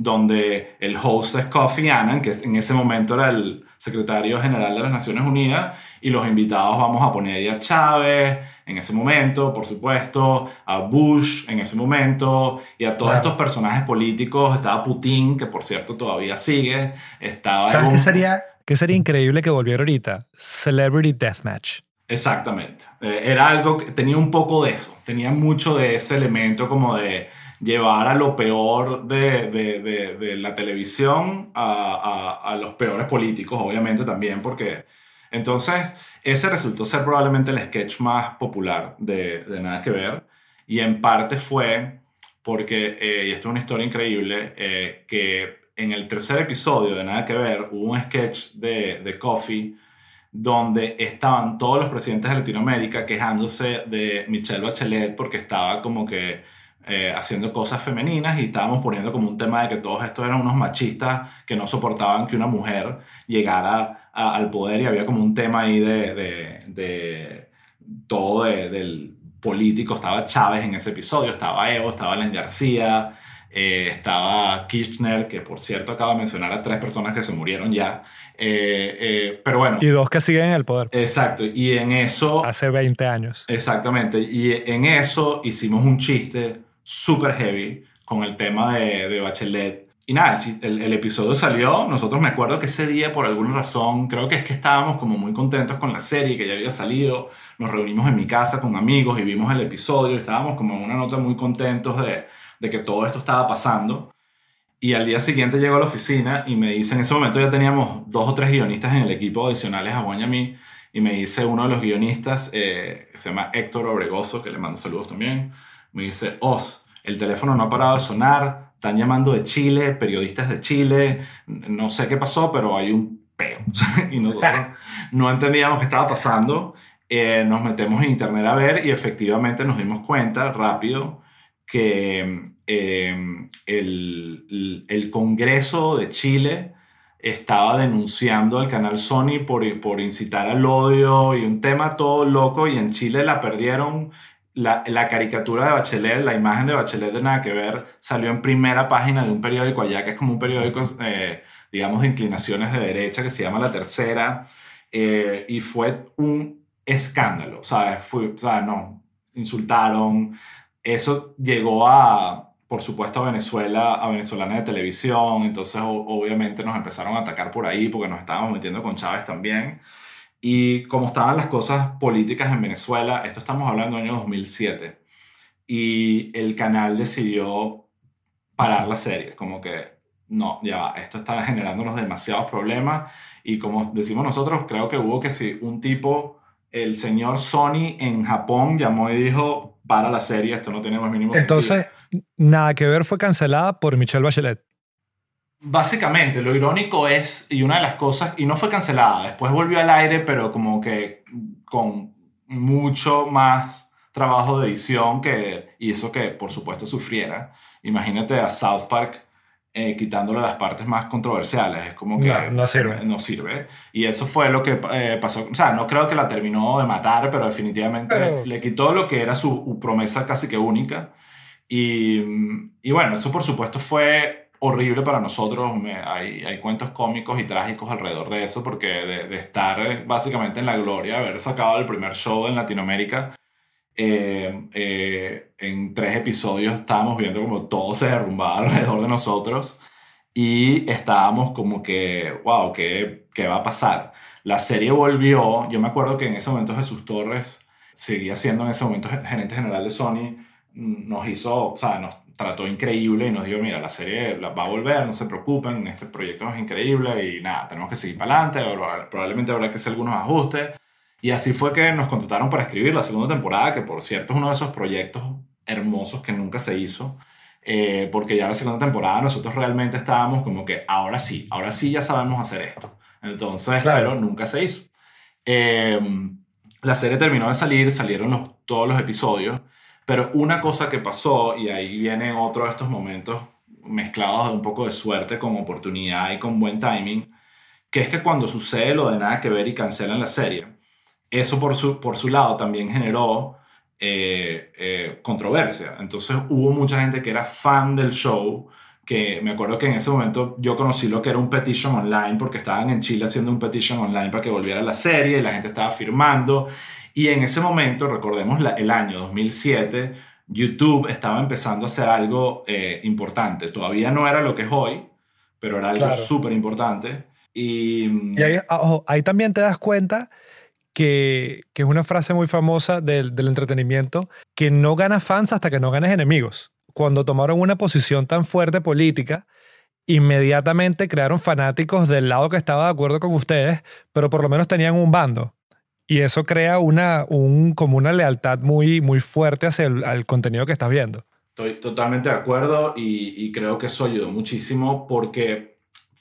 Donde el host es Kofi Annan, que en ese momento era el secretario general de las Naciones Unidas, y los invitados vamos a poner a Chávez en ese momento, por supuesto, a Bush en ese momento, y a todos Claro. estos personajes políticos. Estaba Putin, que por cierto todavía sigue, estaba... ¿Sabes Evo- qué sería, qué sería increíble que volviera ahorita? Celebrity Deathmatch. Exactamente. Eh, era algo que tenía un poco de eso, tenía mucho de ese elemento como de llevar a lo peor de, de, de, de la televisión a, a, a los peores políticos, obviamente también, porque entonces ese resultó ser probablemente el sketch más popular de, de Nada que Ver y en parte fue porque, eh, y esto es una historia increíble, eh, que en el tercer episodio de Nada que Ver hubo un sketch de, de Coffee donde estaban todos los presidentes de Latinoamérica quejándose de Michelle Bachelet porque estaba como que eh, haciendo cosas femeninas y estábamos poniendo como un tema de que todos estos eran unos machistas que no soportaban que una mujer llegara a- al poder y había como un tema ahí de, de, de todo de- del político. Estaba Chávez en ese episodio, estaba Evo, estaba Alan García, eh, estaba Kirchner, que por cierto acabo de mencionar a tres personas que se murieron ya. Eh, eh, pero bueno, Y dos que siguen en el poder. exacto. Y en eso, Hace veinte años. exactamente. Y en eso hicimos un chiste súper heavy con el tema de, de Bachelet. Y nada, el, chi- el- el episodio salió. Nosotros me acuerdo que ese día, por alguna razón, creo que es que estábamos como muy contentos con la serie que ya había salido. Nos reunimos en mi casa con amigos y vimos el episodio. Estábamos como en una nota muy contentos de, de que todo esto estaba pasando. Y al día siguiente llego a la oficina y me dice, en ese momento ya teníamos dos o tres guionistas en el equipo adicionales a Juan y a mí, y me dice uno de los guionistas, eh, que se llama Héctor Obregoso, que le mando saludos también, me dice, Os, el teléfono no ha parado de sonar, están llamando de Chile, periodistas de Chile, no sé qué pasó, pero hay un peo. Y nosotros no entendíamos qué estaba pasando. Eh, nos metemos en internet a ver y efectivamente nos dimos cuenta rápido que eh, el, el Congreso de Chile estaba denunciando al canal Sony por, por incitar al odio y un tema todo loco, y en Chile la perdieron. La, la caricatura de Bachelet, la imagen de Bachelet de Nada que Ver, salió en primera página de un periódico allá, que es como un periódico, eh, digamos, de inclinaciones de derecha, que se llama La Tercera, eh, y fue un escándalo, ¿sabes? Fue, o sea, no, insultaron. Eso llegó a, por supuesto, a Venezuela, a Venezolana de Televisión, entonces o, obviamente nos empezaron a atacar por ahí porque nos estábamos metiendo con Chávez también. Y como estaban las cosas políticas en Venezuela, esto estamos hablando del año dos mil siete, y el canal decidió parar la serie, como que no, ya va, esto está generándonos demasiados problemas, y como decimos nosotros, creo que hubo que si un tipo, el señor Sony en Japón llamó y dijo, para la serie, esto no tiene más mínimo Entonces, sentido. Nada que Ver fue cancelada por Michelle Bachelet. Básicamente, lo irónico es, y una de las cosas, y no fue cancelada, después volvió al aire, pero como que con mucho más trabajo de edición que hizo que, por supuesto, sufriera. Imagínate a South Park eh, quitándole las partes más controversiales, es como que No, no sirve. no sirve. Y eso fue lo que eh, pasó. O sea, no creo que la terminó de matar, pero definitivamente Pero- le quitó lo que era su promesa casi que única. Y, y bueno, eso por supuesto fue horrible para nosotros. Me- hay, hay cuentos cómicos y trágicos alrededor de eso, porque de, de estar eh, básicamente en la gloria, haber sacado el primer show en Latinoamérica, eh, eh, en tres episodios estábamos viendo como todo se derrumbaba alrededor de nosotros, y estábamos como que, wow, ¿qué, qué va a pasar? La serie volvió. Yo me acuerdo que en ese momento Jesús Torres seguía siendo en ese momento gerente general de Sony. Nos hizo, o sea, nos trató increíble y nos dijo, mira, la serie la- va a volver, no se preocupen, este proyecto es increíble y nada, tenemos que seguir para adelante, probablemente habrá que hacer algunos ajustes. Y así fue que nos contrataron para escribir la segunda temporada, que por cierto es uno de esos proyectos hermosos que nunca se hizo, eh, porque ya la segunda temporada nosotros realmente estábamos como que ahora sí, ahora sí ya sabemos hacer esto. Entonces, Claro. pero nunca se hizo. Eh, la serie terminó de salir, salieron los- todos los episodios, pero una cosa que pasó, y ahí viene otro de estos momentos mezclados de un poco de suerte con oportunidad y con buen timing, que es que cuando sucede lo de Nada que Ver y cancelan la serie, eso por su, por su lado también generó eh, eh, controversia. Entonces hubo mucha gente que era fan del show, que me acuerdo que en ese momento yo conocí lo que era un petition online, porque estaban en Chile haciendo un petition online para que volviera la serie y la gente estaba firmando. Y en ese momento, recordemos la- el año dos mil siete, YouTube estaba empezando a hacer algo eh, importante. Todavía no era lo que es hoy, pero era algo Claro. súper importante. Y, Y ahí, ah, ojo, ahí también te das cuenta que, que es una frase muy famosa del, del entretenimiento, que no ganas fans hasta que no ganes enemigos. Cuando tomaron una posición tan fuerte política, inmediatamente crearon fanáticos del lado que estaba de acuerdo con ustedes, pero por lo menos tenían un bando. Y eso crea una, un, como una lealtad muy, muy fuerte hacia el al contenido que estás viendo. Estoy totalmente de acuerdo, y, y creo que eso ayudó muchísimo, porque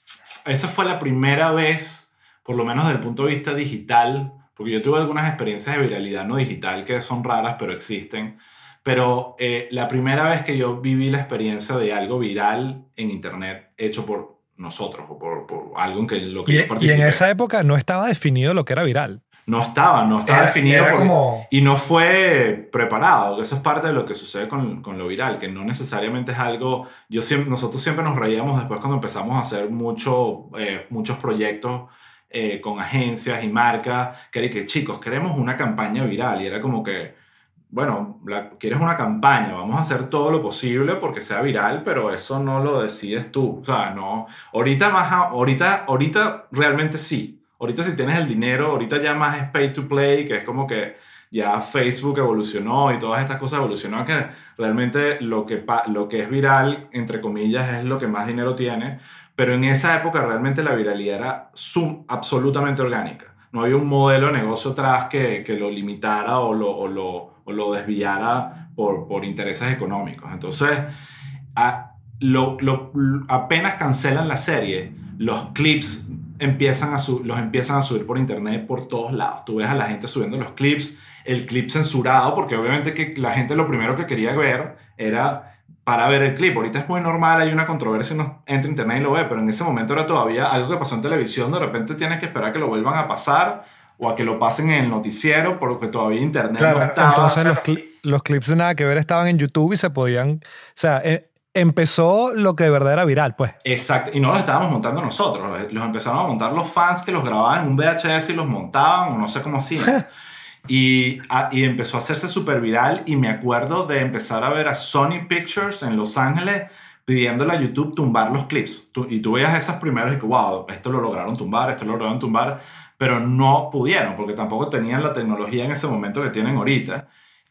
esa fue la primera vez, por lo menos desde el punto de vista digital, porque yo tuve algunas experiencias de viralidad no digital que son raras, pero existen. Pero eh, la primera vez que yo viví la experiencia de algo viral en internet hecho por nosotros, o por, por algo en que, lo que Y, yo y participé. en esa época no estaba definido lo que era viral. No estaba, no estaba Era- definido era por- como- y no fue preparado. Eso es parte de lo que sucede con, con lo viral, que no necesariamente es algo. Yo siempre, nosotros siempre nos reíamos después cuando empezamos a hacer mucho, eh, muchos proyectos eh, con agencias y marcas, que era que, chicos, queremos una campaña viral, y era como que, bueno, la- quieres una campaña, vamos a hacer todo lo posible porque sea viral, pero eso no lo decides tú. O sea, no. Ahorita más, a- ahorita, ahorita realmente sí. Ahorita si tienes el dinero, ahorita ya más es pay to play, que es como que ya Facebook evolucionó y todas estas cosas evolucionó, que realmente lo que, pa- lo que es viral, entre comillas, es lo que más dinero tiene. Pero en esa época realmente la viralidad era sum, absolutamente orgánica. No había un modelo de negocio atrás que, que lo limitara o lo, o lo, o lo desviara por, por intereses económicos. Entonces, a- lo, lo- apenas cancelan la serie, los clips empiezan a su- los empiezan a subir por internet por todos lados. Tú ves a la gente subiendo los clips, el clip censurado, porque obviamente que la gente lo primero que quería ver era para ver el clip. Ahorita es muy normal, hay una controversia, uno entra a internet y lo ve, pero en ese momento era todavía algo que pasó en televisión, de repente tienes que esperar a que lo vuelvan a pasar o a que lo pasen en el noticiero porque todavía internet Claro, no estaba. entonces los, cli- los clips de Nada que Ver estaban en YouTube y se podían... O sea, eh, empezó lo que de verdad era viral, pues. Exacto, y no los estábamos montando nosotros, los empezaron a montar los fans que los grababan en un V H S y los montaban, o no sé cómo hacían. Y, a- y empezó a hacerse súper viral y me acuerdo de empezar a ver a Sony Pictures en Los Ángeles pidiéndole a YouTube tumbar los clips. Tú- y tú veías esos primeros y que, wow, esto lo lograron tumbar, esto lo lograron tumbar, pero no pudieron porque tampoco tenían la tecnología en ese momento que tienen ahorita.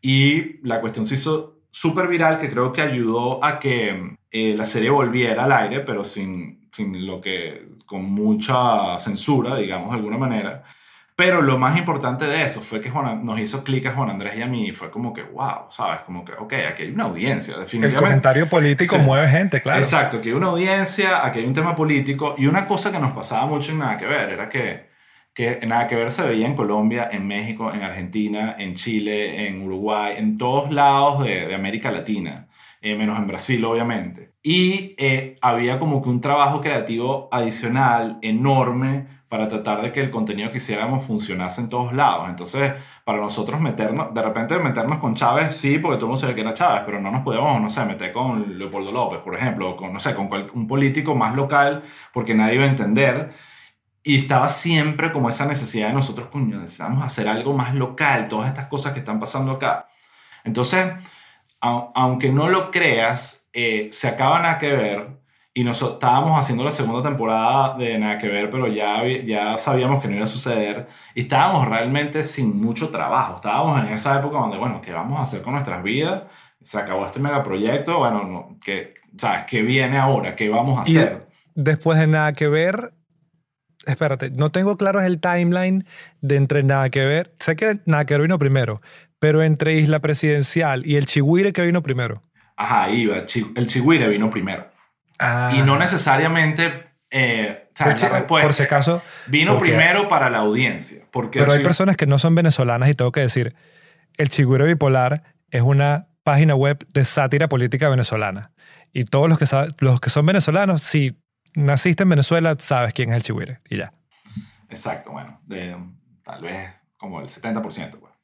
Y la cuestión se hizo súper viral, que creo que ayudó a que eh, la serie volviera al aire, pero sin, sin lo que, con mucha censura, digamos, de alguna manera. Pero lo más importante de eso fue que Juan, nos hizo clic a Juan Andrés y a mí y fue como que, wow, ¿sabes? Como que, ok, aquí hay una audiencia, El definitivamente. comentario político Sí. mueve gente, claro. Exacto, aquí hay una audiencia, aquí hay un tema político y una cosa que nos pasaba mucho en Nada que Ver era que, que Nada que Ver se veía en Colombia, en México, en Argentina, en Chile, en Uruguay, en todos lados de, de América Latina, eh, menos en Brasil, obviamente. Y eh, había como que un trabajo creativo adicional enorme para tratar de que el contenido que hiciéramos funcionase en todos lados. Entonces, para nosotros meternos, de repente meternos con Chávez, sí, porque todo el mundo sabía que era Chávez, pero no nos podíamos, no sé, meter con Leopoldo López, por ejemplo, o con, no sé, con cual- un político más local, porque nadie iba a entender. Y estaba siempre como esa necesidad de nosotros, coño, necesitamos hacer algo más local, todas estas cosas que están pasando acá. Entonces, au- aunque no lo creas, eh, se acaba Nada que Ver y nosotros estábamos haciendo la segunda temporada de Nada que Ver, pero ya, habí- ya sabíamos que no iba a suceder y estábamos realmente sin mucho trabajo. Estábamos en esa época donde, bueno, ¿qué vamos a hacer con nuestras vidas? Se acabó este megaproyecto, bueno, no, ¿qué, sabes, ¿qué viene ahora? ¿Qué vamos a Y hacer? después de Nada que Ver, espérate, no tengo claro el timeline de entre Nada que Ver. Sé que Nada que Ver vino primero, pero entre Isla Presidencial y El Chigüire, ¿qué vino primero? Ajá, iba, Chi- el Chigüire vino primero. Ah, Y no necesariamente, eh, o sea, el chi- la respuesta por si acaso, vino porque- primero para la audiencia. Porque pero el hay Chi- personas que no son venezolanas y tengo que decir, El Chigüire Bipolar es una página web de sátira política venezolana. Y todos los que, sab- los que son venezolanos, si naciste en Venezuela, sabes quién es El Chigüire. Y ya. Exacto, bueno, de, tal vez como el setenta por ciento. Pues.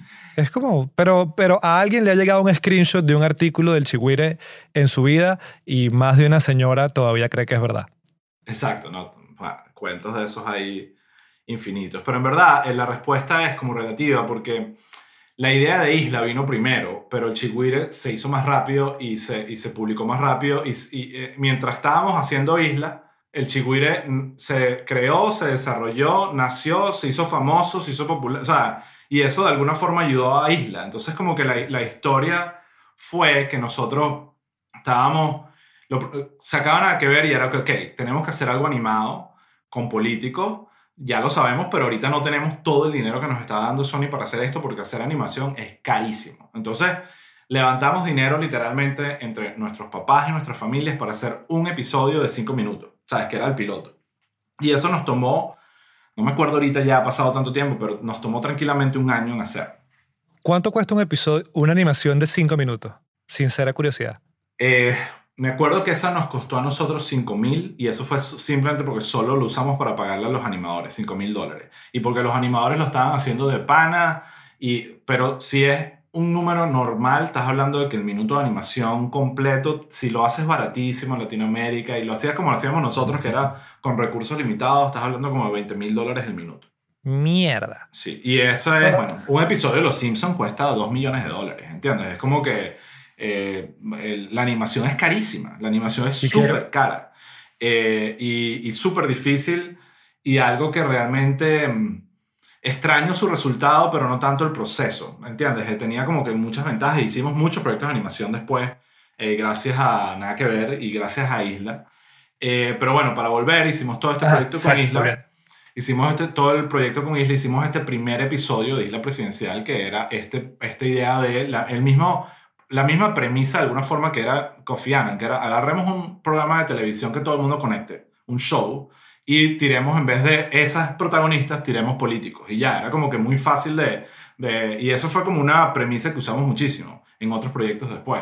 Es como, pero, pero a alguien le ha llegado un screenshot de un artículo del Chigüire en su vida y más de una señora todavía cree que es verdad. Exacto, ¿no? Bueno, cuentos de esos hay infinitos. Pero en verdad, eh, la respuesta es como relativa porque la idea de Isla vino primero, pero el Chigüire se hizo más rápido y se, y se publicó más rápido. Y, y, eh, mientras estábamos haciendo Isla, el Chigüire mm, se creó, se desarrolló, nació, se hizo famoso, se hizo popular. O sea, y eso de alguna forma ayudó a Isla. Entonces, como que la, la historia fue que nosotros estábamos. Lo, se acaban Nada que Ver y era que, ok, tenemos que hacer algo animado con políticos. Ya lo sabemos, pero ahorita no tenemos todo el dinero que nos está dando Sony para hacer esto porque hacer animación es carísimo. Entonces, levantamos dinero literalmente entre nuestros papás y nuestras familias para hacer un episodio de cinco minutos. ¿Sabes? Que era el piloto. Y eso nos tomó, no me acuerdo ahorita, ya ha pasado tanto tiempo, pero nos tomó tranquilamente un año en hacer. ¿Cuánto cuesta un episodio, una animación de cinco minutos? Sincera curiosidad. Eh, me acuerdo que esa nos costó a nosotros cinco mil y eso fue simplemente porque solo lo usamos para pagarle a los animadores, cinco mil dólares. Y porque los animadores lo estaban haciendo de pana, y, pero si es un número normal, estás hablando de que el minuto de animación completo, si lo haces baratísimo en Latinoamérica y lo hacías como lo hacíamos nosotros, que era con recursos limitados, estás hablando como de veinte mil dólares el minuto. Mierda. Sí, y eso es, bueno, un episodio de Los Simpsons cuesta dos millones de dólares, ¿entiendes? Es como que eh, el- la animación es carísima, la animación es Y súper quiero- cara eh, y, y súper difícil y algo que realmente mm, extraño su resultado, pero no tanto el proceso, ¿entiendes? Eh, Tenía como que muchas ventajas y hicimos muchos proyectos de animación después, eh, gracias a Nada que Ver y gracias a Isla. Eh, pero bueno, para volver, hicimos todo este Ajá, proyecto con exacto, Isla. muy bien. Hicimos este, todo el proyecto con Isla, hicimos este primer episodio de Isla Presidencial, que era este, esta idea de la, el mismo, la misma premisa de alguna forma que era Kofi Annan, que era agarremos un programa de televisión que todo el mundo conecte, un show, y tiremos, en vez de esas protagonistas, tiremos políticos. Y ya, era como que muy fácil de, de... Y eso fue como una premisa que usamos muchísimo en otros proyectos después.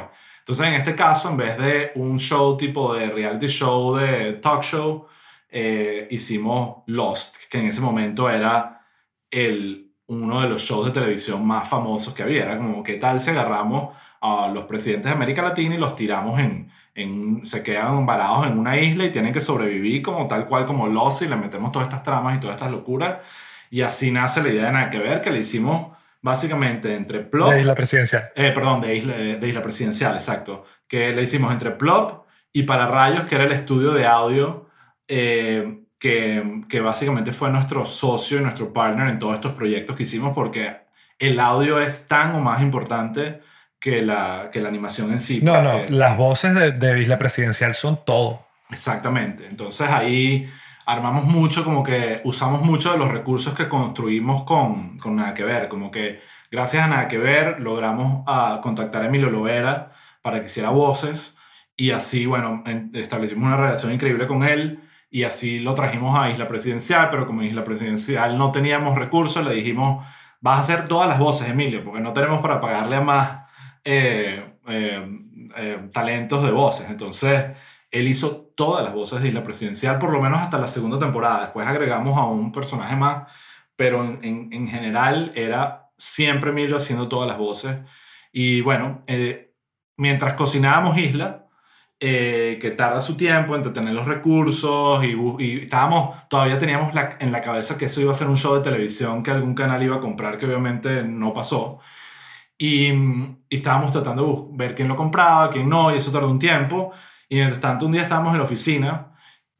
Entonces, en este caso, en vez de un show tipo de reality show, de talk show, eh, hicimos Lost, que en ese momento era el, uno de los shows de televisión más famosos que había. Era como, ¿qué tal si agarramos a los presidentes de América Latina y los tiramos en, en... se quedan varados en una isla y tienen que sobrevivir como tal cual como Lost, y le metemos todas estas tramas y todas estas locuras? Y así nace la idea de Nada que Ver, que le hicimos básicamente entre De Plop, Isla Presidencial. eh, perdón, de Isla, de Isla Presidencial, exacto, que le hicimos entre Plop y Para Rayos, que era el estudio de audio eh, que, que básicamente fue nuestro socio y nuestro partner en todos estos proyectos que hicimos, porque el audio es tan o más importante que la, que la animación en sí. No, Para no, que, las voces de, de Isla Presidencial son todo. exactamente. Entonces ahí armamos mucho, como que usamos mucho de los recursos que construimos con, con Nada que Ver. Como que gracias a Nada que Ver logramos ah, contactar a Emilio Lovera para que hiciera voces, y así, bueno, en- establecimos una relación increíble con él, y así lo trajimos a Isla Presidencial. Pero como en Isla Presidencial no teníamos recursos, le dijimos, vas a hacer todas las voces, Emilio, porque no tenemos para pagarle a más eh, eh, eh, talentos de voces. Entonces él hizo todas las voces de Isla Presidencial, por lo menos hasta la segunda temporada. Después agregamos a un personaje más, pero en, en, en general era siempre Emilio haciendo todas las voces. Y bueno, eh, mientras cocinábamos Isla, eh, que tarda su tiempo en tener los recursos, y, bu- y estábamos, todavía teníamos la- en la cabeza que eso iba a ser un show de televisión que algún canal iba a comprar, que obviamente no pasó. Y, mm, y estábamos tratando de bus- ver quién lo compraba, quién no, y eso tardó un tiempo. Y mientras tanto, un día estábamos en la oficina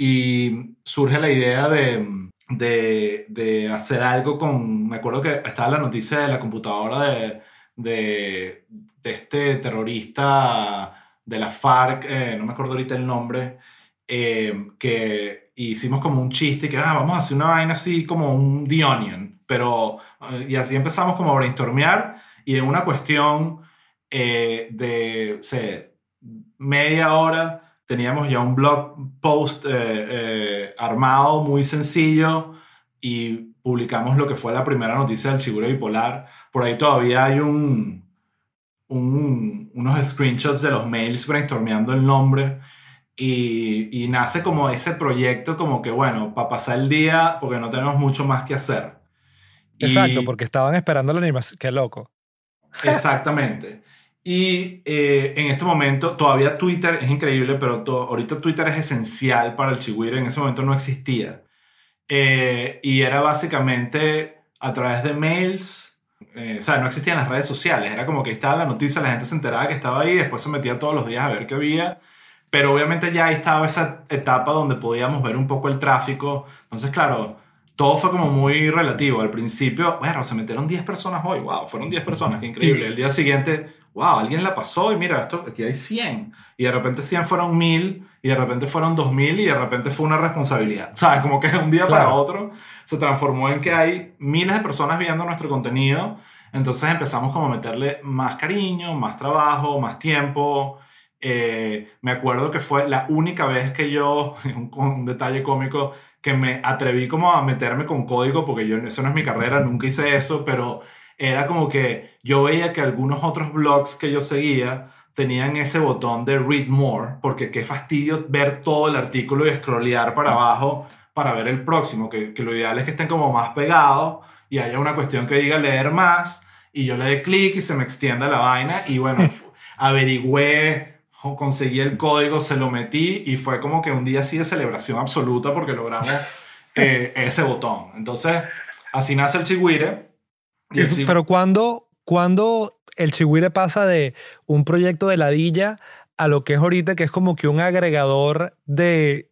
y surge la idea de, mm, de, de hacer algo con... Me acuerdo que estaba la noticia de la computadora de, de, de este terrorista de la FARC, eh, no me acuerdo ahorita el nombre, eh, que hicimos como un chiste y que ah, vamos a hacer una vaina así como un The Onion. Pero, eh, y así empezamos como a brainstormear, y en una cuestión eh, de, o sea, media hora teníamos ya un blog post eh, eh, armado, muy sencillo, y publicamos lo que fue la primera noticia del Chigure Bipolar. Por ahí todavía hay un, un- unos screenshots de los mails brainstormeando el nombre, y, y nace como ese proyecto, como que bueno, para pasar el día porque no tenemos mucho más que hacer. Exacto, Y porque estaban esperando la animación. Qué loco. exactamente. Y eh, en este momento todavía Twitter es increíble, pero to- ahorita Twitter es esencial para el Chigüire. En ese momento no existía. Eh, y era básicamente a través de mails. Eh, o sea, no existían las redes sociales. Era como que estaba la noticia, la gente se enteraba que estaba ahí, después se metía todos los días a ver qué había. Pero obviamente ya ahí estaba esa etapa donde podíamos ver un poco el tráfico. Entonces, claro, todo fue como muy relativo. Al principio, bueno, se metieron diez personas hoy. Wow, fueron diez personas, qué increíble. Y, El día siguiente, wow, alguien la pasó y mira, esto, aquí hay cien. Y de repente cien fueron mil, y de repente fueron dos mil, y de repente fue una responsabilidad. O sea, como que de un día para claro, otro se transformó en que hay miles de personas viendo nuestro contenido. Entonces empezamos como a meterle más cariño, más trabajo, más tiempo. Eh, me acuerdo que fue la única vez que yo, un, un detalle cómico, que me atreví como a meterme con código, porque yo, eso no es mi carrera, nunca hice eso, pero era como que yo veía que algunos otros blogs que yo seguía tenían ese botón de read more, porque qué fastidio ver todo el artículo y scrollear para abajo para ver el próximo, que, que lo ideal es que estén como más pegados y haya una cuestión que diga leer más, y yo le dé clic y se me extienda la vaina. Y bueno, fu- averigüé, jo- conseguí el código, se lo metí, y fue como que un día así de celebración absoluta porque logramos eh, ese botón. Entonces, así nace el Chigüire. Y Y- el Chigüire... pero ¿cuándo, cuándo el Chigüire pasa de un proyecto de ladilla a lo que es ahorita, que es como que un agregador de,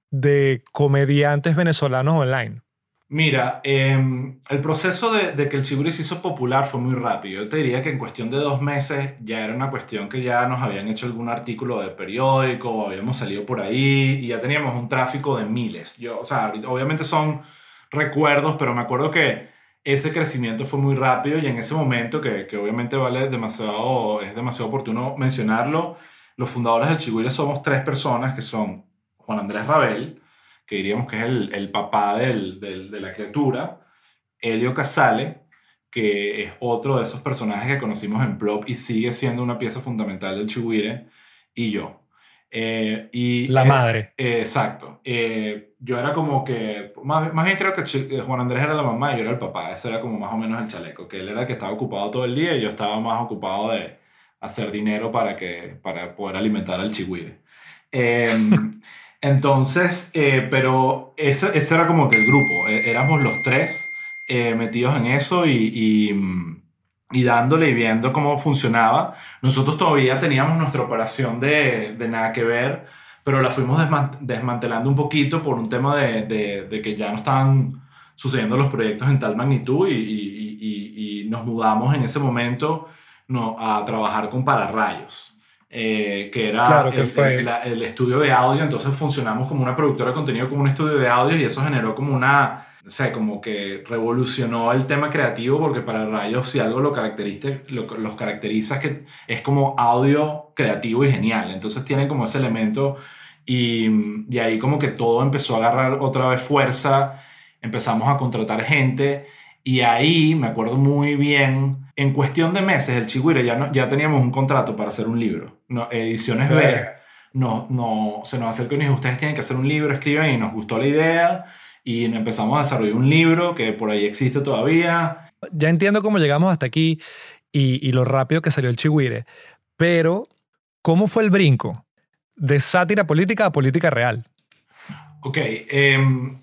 de comediantes venezolanos online? Mira, eh, el proceso de, de que el Chigüire se hizo popular fue muy rápido. Yo te diría que en cuestión de dos meses ya era una cuestión que ya nos habían hecho algún artículo de periódico, o habíamos salido por ahí y ya teníamos un tráfico de miles. Yo, o sea, ahorita- obviamente son recuerdos, pero me acuerdo que ese crecimiento fue muy rápido, y en ese momento, que, que obviamente vale demasiado, es demasiado oportuno mencionarlo, los fundadores del Chigüire somos tres personas, que son Juan Andrés Rabel, que diríamos que es el, el papá del, del- de la criatura, Helio Casale que es otro de esos personajes que conocimos en Plop y sigue siendo una pieza fundamental del Chigüire, y yo. Eh, y La eh, madre. eh, exacto. Eh, yo era como que, más, más bien creo que Chi- eh, Juan Andrés era la mamá y yo era el papá. Ese era como más o menos el chaleco, que él era el que estaba ocupado todo el día y yo estaba más ocupado de hacer dinero para, que, para poder alimentar al Chigüire. Eh, entonces, eh, pero ese, ese era como que el grupo. Eh, éramos los tres eh, metidos en eso y, y, mm, y dándole y viendo cómo funcionaba. Nosotros todavía teníamos nuestra operación de, de nada que ver, pero la fuimos desmant- desmantelando un poquito por un tema de, de, de que ya no estaban sucediendo los proyectos en tal magnitud y, y, y, y nos mudamos en ese momento no, a trabajar con Pararrayos, eh, que era Claro que el, el, fue. la- el estudio de audio. Entonces funcionamos como una productora de contenido, como un estudio de audio, y eso generó como una, o sea, como que revolucionó el tema creativo, porque para Rayos si algo lo caracteriza, lo, los caracteriza es que es como audio creativo y genial. Entonces tiene como ese elemento y, y ahí como que todo empezó a agarrar otra vez fuerza, empezamos a contratar gente y ahí me acuerdo muy bien, en cuestión de meses el Chigüire ya, no, ya teníamos un contrato para hacer un libro. No, Ediciones B Verga. no, no, se nos acercó y nos dijo, ustedes tienen que hacer un libro, escriban, y nos gustó la idea y empezamos a desarrollar un libro que por ahí existe todavía. Ya entiendo cómo llegamos hasta aquí y, y lo rápido que salió el Chigüire, pero ¿cómo fue el brinco de sátira política a política real? Ok, eh,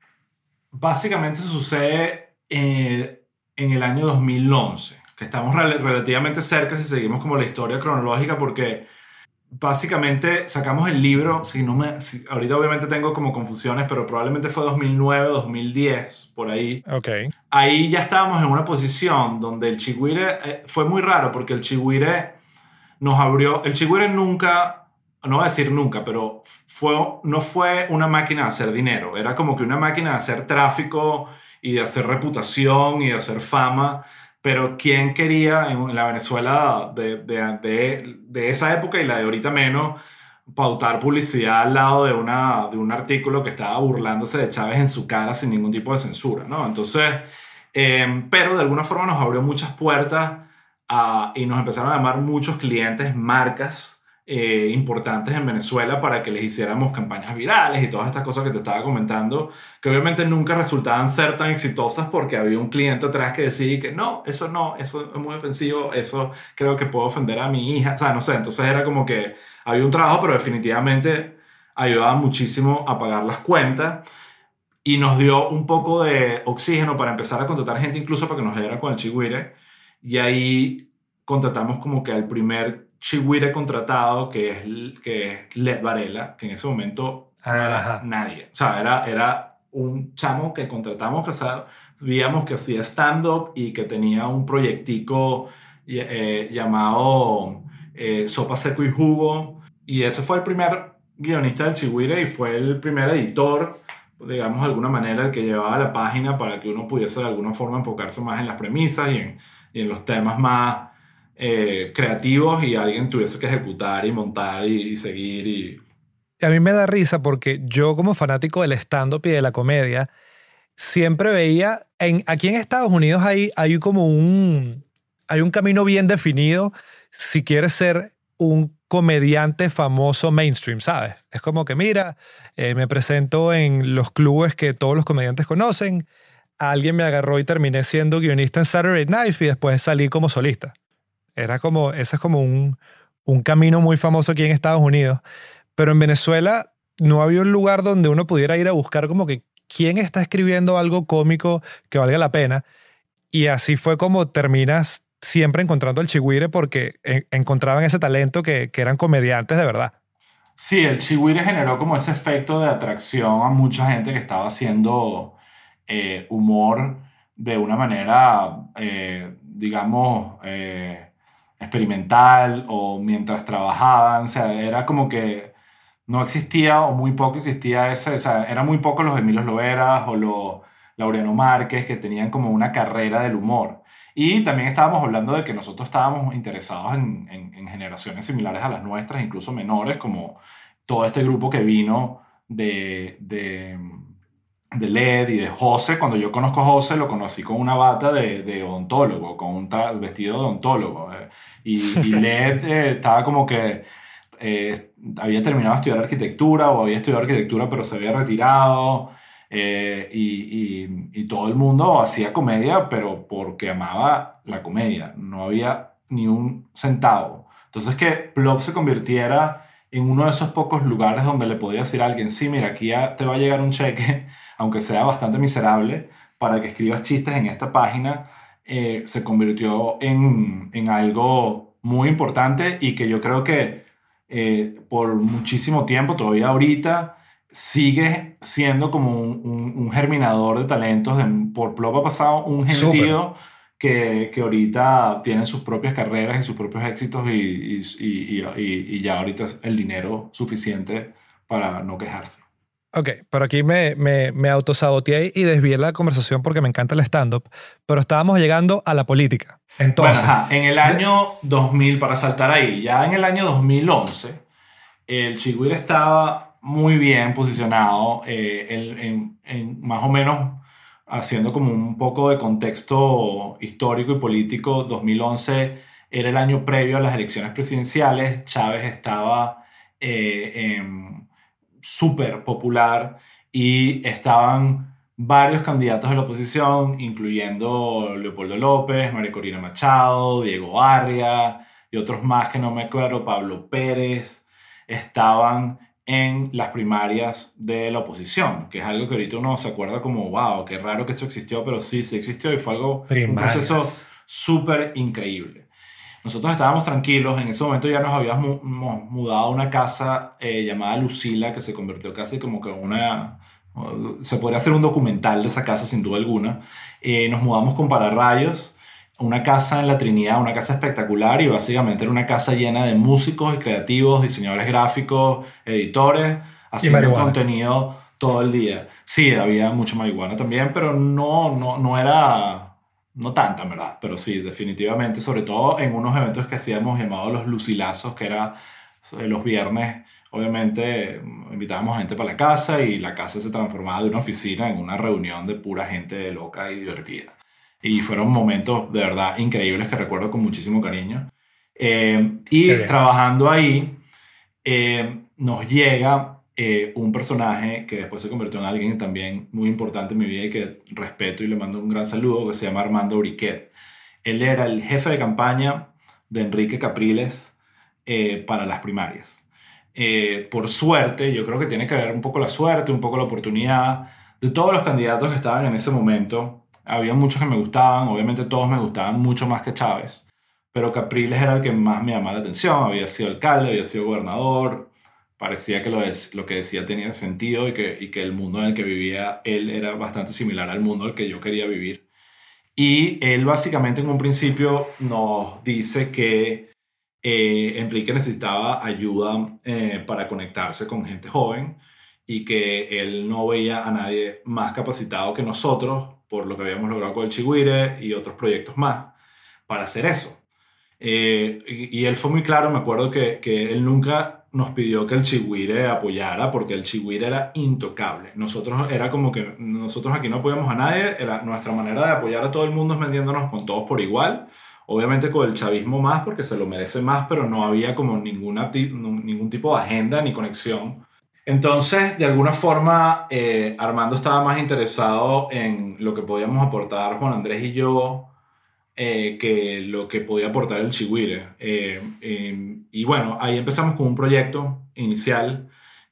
básicamente sucede eh, en el año dos mil once, que estamos rel relativamente cerca si seguimos como la historia cronológica, porque básicamente sacamos el libro, si no me, si, ahorita obviamente tengo como confusiones, pero probablemente fue dos mil nueve, dos mil diez, por ahí. Ok. Ahí ya estábamos en una posición donde el Chigüire, eh, fue muy raro porque el Chigüire nos abrió, el Chigüire nunca, no voy a decir nunca, pero fue, no fue una máquina de hacer dinero, era como que una máquina de hacer tráfico y de hacer reputación y de hacer fama. Pero ¿quién quería en la Venezuela de, de, de, de esa época y la de ahorita menos pautar publicidad al lado de, una, de un artículo que estaba burlándose de Chávez en su cara sin ningún tipo de censura, ¿no? Entonces, eh, pero de alguna forma nos abrió muchas puertas uh, y nos empezaron a llamar muchos clientes, marcas eh, importantes en Venezuela para que les hiciéramos campañas virales y todas estas cosas que te estaba comentando, que obviamente nunca resultaban ser tan exitosas porque había un cliente atrás que decía que no, eso no, eso es muy ofensivo, eso creo que puedo ofender a mi hija, o sea, no sé. Entonces era como que había un trabajo, pero definitivamente ayudaba muchísimo a pagar las cuentas y nos dio un poco de oxígeno para empezar a contratar gente, incluso para que nos ayudara con el Chigüire. Y ahí contratamos como que al primer Chigüire contratado, que es, que es Led Varela, que en ese momento no era Ajá. nadie. O sea, era, era un chamo que contratamos, que sabíamos que hacía stand-up y que tenía un proyectico eh, llamado eh, Sopa Seco y Jugo. Y ese fue el primer guionista del Chigüire y fue el primer editor, digamos de alguna manera, el que llevaba la página para que uno pudiese de alguna forma enfocarse más en las premisas y en, y en los temas más eh, creativos, y alguien tuviese que ejecutar y montar y, y seguir. Y... A mí me da risa porque yo como fanático del stand-up y de la comedia, siempre veía, en, aquí en Estados Unidos hay, hay como un, hay un camino bien definido si quieres ser un comediante famoso mainstream, ¿sabes? Es como que, mira, eh, me presento en los clubes que todos los comediantes conocen, alguien me agarró y terminé siendo guionista en Saturday Night y después salí como solista. Era como, ese es como un, un camino muy famoso aquí en Estados Unidos. Pero en Venezuela no había un lugar donde uno pudiera ir a buscar como que quién está escribiendo algo cómico que valga la pena. Y así fue como terminas siempre encontrando el Chigüire, porque en, encontraban ese talento que, que eran comediantes de verdad. Sí, el Chigüire generó como ese efecto de atracción a mucha gente que estaba haciendo eh, humor de una manera, eh, digamos, eh, experimental o mientras trabajaban. O sea, era como que no existía o muy poco existía ese, o sea, eran muy pocos los Emilios Loveras o los Laureano Márquez que tenían como una carrera del humor. Y también estábamos hablando de que nosotros estábamos interesados en, en, en generaciones similares a las nuestras, incluso menores, como todo este grupo que vino de, de, de L E D y de José. Cuando yo conozco a José, lo conocí con una bata de, de odontólogo, con un tra- vestido de odontólogo. eh. Y, y L E D eh, estaba como que eh, había terminado de estudiar arquitectura o había estudiado arquitectura pero se había retirado. eh, y, y- y todo el mundo hacía comedia, pero porque amaba la comedia. No había ni un centavo. Entonces que Plop se convirtiera en uno de esos pocos lugares donde le podía decir a alguien, sí, mira, aquí ya te va a llegar un cheque, aunque sea bastante miserable, para que escribas chistes en esta página, eh, se convirtió en, en algo muy importante y que yo creo que eh, por muchísimo tiempo, todavía ahorita, sigue siendo como un, un- un germinador de talentos. De- por Plop ha pasado un Súper. gentío que, que ahorita tienen sus propias carreras y sus propios éxitos y, y, y, y- y- y ya ahorita es el dinero suficiente para no quejarse. Ok, pero aquí me, me, me autosaboteé y desvié la conversación porque me encanta el stand-up, pero estábamos llegando a la política. Bueno, Entonces, ajá, en el de- año dos mil, para saltar ahí, ya en el año dos mil once, el Chigüire estaba muy bien posicionado, eh, en, en- en más o menos haciendo como un poco de contexto histórico y político. dos mil once era el año previo a las elecciones presidenciales. Chávez estaba eh, em, súper popular y estaban varios candidatos de la oposición, incluyendo Leopoldo López, María Corina Machado, Diego Arria y otros más que no me acuerdo, Pablo Pérez, estaban en las primarias de la oposición, que es algo que ahorita uno se acuerda como, wow, qué raro que eso existió, pero sí, sí existió y fue algo, un proceso primarias. súper increíble. Nosotros estábamos tranquilos, en ese momento ya nos habíamos mu- mudado a una casa eh, llamada Lucila, que se convirtió casi como que una... Se podría hacer un documental de esa casa sin duda alguna. Eh, nos mudamos con Pararrayos, una casa en la Trinidad, una casa espectacular y básicamente era una casa llena de músicos y creativos, diseñadores gráficos, editores, Y haciendo marihuana. contenido todo el día. Sí, había mucha marihuana también, pero no, no, no era... No tanta, en verdad, pero sí, definitivamente, sobre todo en unos eventos que hacíamos llamados los lucilazos, que era eh, los viernes, obviamente mm, invitábamos gente para la casa y la casa se transformaba de una oficina en una reunión de pura gente loca y divertida. Y fueron momentos de verdad increíbles que recuerdo con muchísimo cariño. Eh, Qué y bien. trabajando ahí, eh, nos llega eh, un personaje que después se convirtió en alguien también muy importante en mi vida y que respeto y le mando un gran saludo, que se llama Armando Briquet. Él era el jefe de campaña de Enrique Capriles eh, para las primarias. Eh, por suerte, yo creo que tiene que ver un poco la suerte, un poco la oportunidad de todos los candidatos que estaban en ese momento. Había muchos que me gustaban, obviamente todos me gustaban mucho más que Chávez, pero Capriles era el que más me llamaba la atención. Había sido alcalde, había sido gobernador, parecía que lo, es, lo que decía tenía sentido y que, y que el mundo en el que vivía él era bastante similar al mundo al que yo quería vivir. Y él básicamente en un principio nos dice que eh, Enrique necesitaba ayuda eh, para conectarse con gente joven y que él no veía a nadie más capacitado que nosotros, por lo que habíamos logrado con el Chigüire y otros proyectos más, para hacer eso. Eh, y, y él fue muy claro, me acuerdo que, que él nunca nos pidió que el Chigüire apoyara porque el Chigüire era intocable. Nosotros era como que nosotros aquí no apoyamos a nadie, era nuestra manera de apoyar a todo el mundo es vendiéndonos con todos por igual. Obviamente con el chavismo más porque se lo merece más, pero no había como ninguna ti- ningún tipo de agenda ni conexión. Entonces, de alguna forma, eh, Armando estaba más interesado en lo que podíamos aportar Juan Andrés y yo eh, que lo que podía aportar el Chigüire. Eh, eh, y bueno, ahí empezamos con un proyecto inicial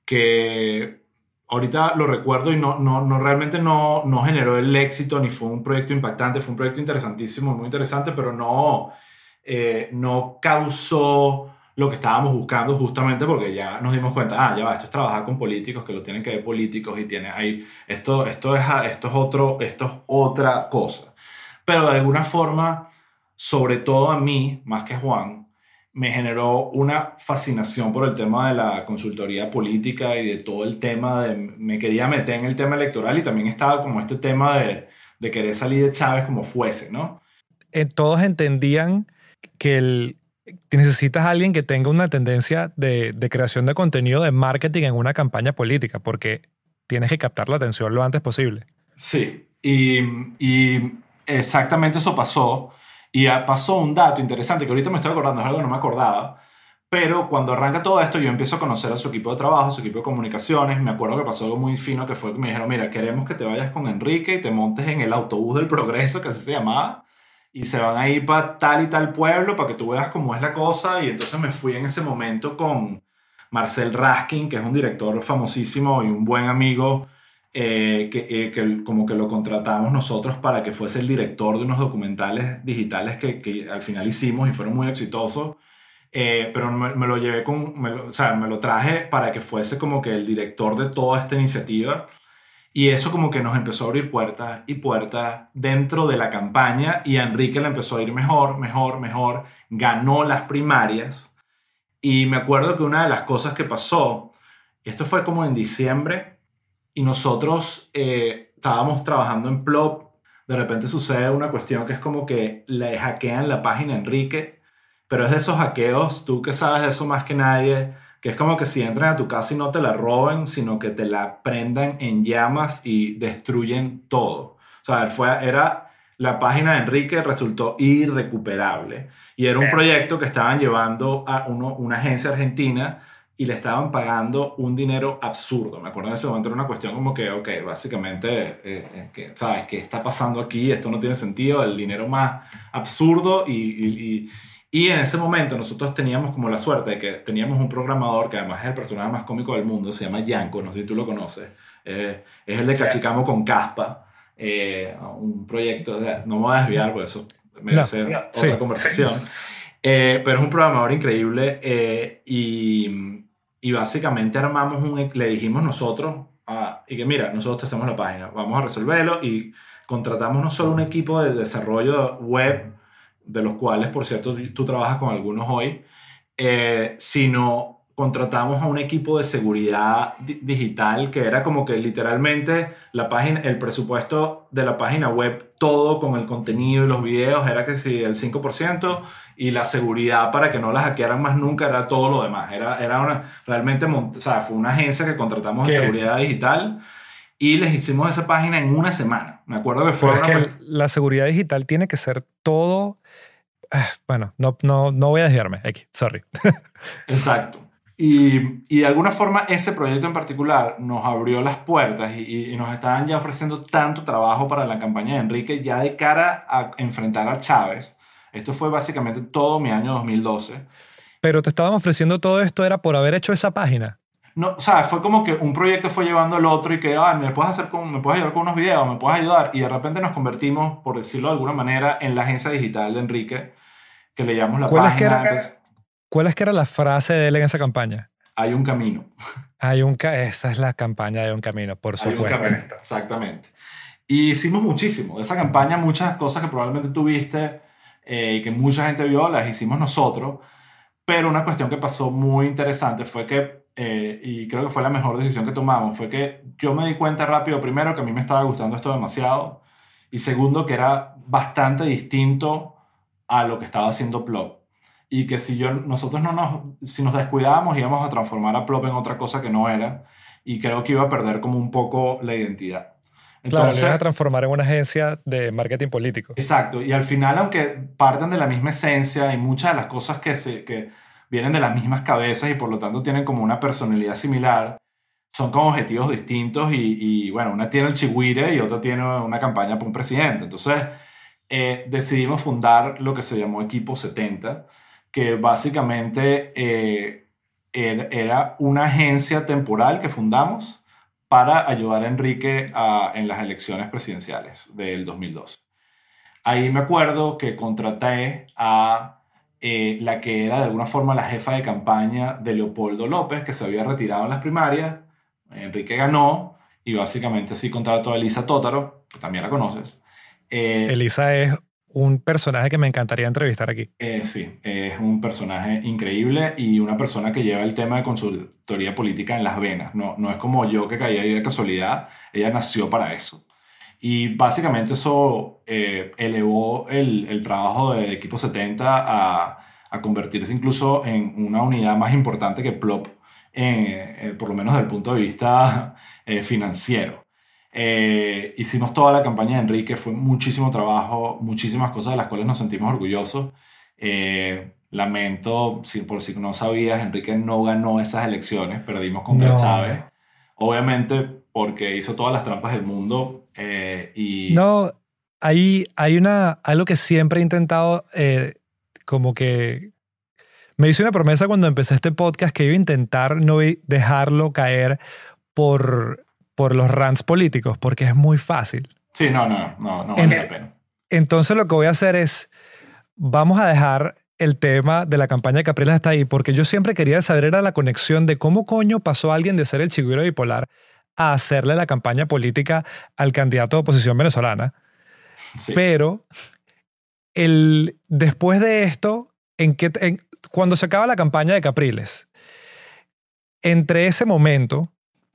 que ahorita lo recuerdo y no, no, no realmente no, no generó el éxito ni fue un proyecto impactante, fue un proyecto interesantísimo, muy interesante, pero no, eh, no causó lo que estábamos buscando justamente porque ya nos dimos cuenta, ah, ya va, esto es trabajar con políticos que lo tienen que ver políticos y tiene ahí, esto, esto, es, esto, es otro, esto es otra cosa. Pero de alguna forma, sobre todo a mí, más que a Juan, me generó una fascinación por el tema de la consultoría política y de todo el tema de... Me quería meter en el tema electoral y también estaba como este tema de, de querer salir de Chávez como fuese, ¿no? Eh, todos entendían que, el, que necesitas a alguien que tenga una tendencia de, de creación de contenido de marketing en una campaña política, porque tienes que captar la atención lo antes posible. Sí, y, y exactamente eso pasó. Y pasó un dato interesante que ahorita me estoy acordando, es algo que no me acordaba. Pero cuando arranca todo esto, yo empiezo a conocer a su equipo de trabajo, su equipo de comunicaciones. Me acuerdo que pasó algo muy fino, que fue que me dijeron, mira, queremos que te vayas con Enrique y te montes en el autobús del progreso, que así se llamaba, y se van a ir para tal y tal pueblo para que tú veas cómo es la cosa. Y entonces me fui en ese momento con Marcel Raskin, que es un director famosísimo y un buen amigo, eh, que, eh, que como que lo contratamos nosotros para que fuese el director de unos documentales digitales que, que al final hicimos y fueron muy exitosos. Eh, pero me, me lo llevé con, me lo, o sea, me lo traje para que fuese como que el director de toda esta iniciativa, y eso como que nos empezó a abrir puertas y puertas dentro de la campaña, y a Enrique le empezó a ir mejor, mejor, mejor, ganó las primarias. Y me acuerdo que una de las cosas que pasó, esto fue como en diciembre, y nosotros eh, estábamos trabajando en Plop. De repente sucede una cuestión que es como que le hackean la página a Enrique. Pero es de esos hackeos, tú que sabes de eso más que nadie, que es como que si entran a tu casa y no te la roben, sino que te la prendan en llamas y destruyen todo. O sea, fue, era, la página de Enrique resultó irrecuperable. Y era un proyecto que estaban llevando a uno, una agencia argentina y le estaban pagando un dinero absurdo. Me acuerdo en ese momento era una cuestión como que, ok, básicamente, eh, que, ¿sabes? ¿Qué está pasando aquí? Esto no tiene sentido. El dinero más absurdo y... y, y Y en ese momento nosotros teníamos como la suerte de que teníamos un programador que además es el personaje más cómico del mundo, se llama Yanko, no sé si tú lo conoces. Eh, es el de Cachicamo con Caspa, eh, un proyecto, no me voy a desviar porque eso merece no, otra sí. conversación. Eh, pero es un programador increíble, eh, y, y básicamente armamos un, le dijimos nosotros, ah, y que mira, nosotros te hacemos la página, vamos a resolverlo, y contratamos no solo un equipo de desarrollo web, de los cuales, por cierto, tú trabajas con algunos hoy, eh, sino contratamos a un equipo de seguridad di- digital que era como que literalmente la página, el presupuesto de la página web, todo con el contenido y los videos, era que sí, el cinco por ciento, y la seguridad para que no la hackearan más nunca era todo lo demás. Era, era una, realmente, o sea, fue una agencia que contratamos de seguridad digital y les hicimos esa página en una semana. Me acuerdo que fue... Pero es que la seguridad digital tiene que ser todo... Bueno, no, no, no voy a desviarme. X, sorry. Exacto. Y, y de alguna forma ese proyecto en particular nos abrió las puertas y, y nos estaban ya ofreciendo tanto trabajo para la campaña de Enrique ya de cara a enfrentar a Chávez. Esto fue básicamente todo mi año dos mil doce. Pero te estaban ofreciendo todo esto era por haber hecho esa página. No, o sea, fue como que un proyecto fue llevando al otro y que, ah, ¿me puedes, hacer con, me puedes ayudar con unos videos? ¿Me puedes ayudar? Y de repente nos convertimos, por decirlo de alguna manera, en la agencia digital de Enrique, que le llamamos la ¿Cuál página. Es que era, entonces, ¿Cuál es que era la frase de él en esa campaña? Hay un camino. Hay un ca Esa es la campaña de un camino, por supuesto. Hay un camino, exactamente. Y hicimos muchísimo. De esa campaña, muchas cosas que probablemente tuviste eh, y que mucha gente vio, las hicimos nosotros. Pero una cuestión que pasó muy interesante fue que, eh, y creo que fue la mejor decisión que tomamos, fue que yo me di cuenta rápido, primero, que a mí me estaba gustando esto demasiado, y segundo, que era bastante distinto a lo que estaba haciendo Plop. Y que si yo, nosotros no nos, si nos descuidábamos, íbamos a transformar a Plop en otra cosa que no era, y creo que iba a perder como un poco la identidad. Entonces, claro, le a transformar en una agencia de marketing político. Exacto, y al final, aunque parten de la misma esencia y muchas de las cosas que, se, que vienen de las mismas cabezas y por lo tanto tienen como una personalidad similar, son como objetivos distintos y, y bueno, una tiene el chigüire y otra tiene una campaña para un presidente. Entonces eh, decidimos fundar lo que se llamó Equipo setenta, que básicamente eh, era una agencia temporal que fundamos para ayudar a Enrique a, en las elecciones presidenciales del dos mil dos. Ahí me acuerdo que contraté a eh, la que era de alguna forma la jefa de campaña de Leopoldo López, que se había retirado en las primarias. Enrique ganó y básicamente sí contrató a Elisa Tótaro, que también la conoces. Eh, Elisa es un personaje que me encantaría entrevistar aquí. Eh, sí, es un personaje increíble y una persona que lleva el tema de consultoría política en las venas. No, no es como yo que caí ahí de casualidad, ella nació para eso. Y básicamente eso eh, elevó el, el trabajo de Equipo setenta a, a convertirse incluso en una unidad más importante que Plop eh, eh, por lo menos desde el punto de vista eh, financiero. Eh, hicimos toda la campaña de Enrique, fue muchísimo trabajo, muchísimas cosas de las cuales nos sentimos orgullosos. Eh, lamento, si, por si no sabías, Enrique no ganó esas elecciones, perdimos contra Chávez, No, obviamente porque hizo todas las trampas del mundo eh, y no, hay, hay una, algo que siempre he intentado, eh, como que me hice una promesa cuando empecé este podcast que iba a intentar no vi- dejarlo caer por, por los rants políticos, porque es muy fácil. sí, no, no, no, no vale la En- pena. entonces lo que voy a hacer es, vamos a dejar el tema de la campaña de Capriles hasta ahí, porque yo siempre quería saber era la conexión de cómo coño pasó alguien de ser el chigüiro bipolar a hacerle la campaña política al candidato de oposición venezolana. Sí. Pero el, después de esto, en qué, en- cuando se acaba la campaña de Capriles, entre ese momento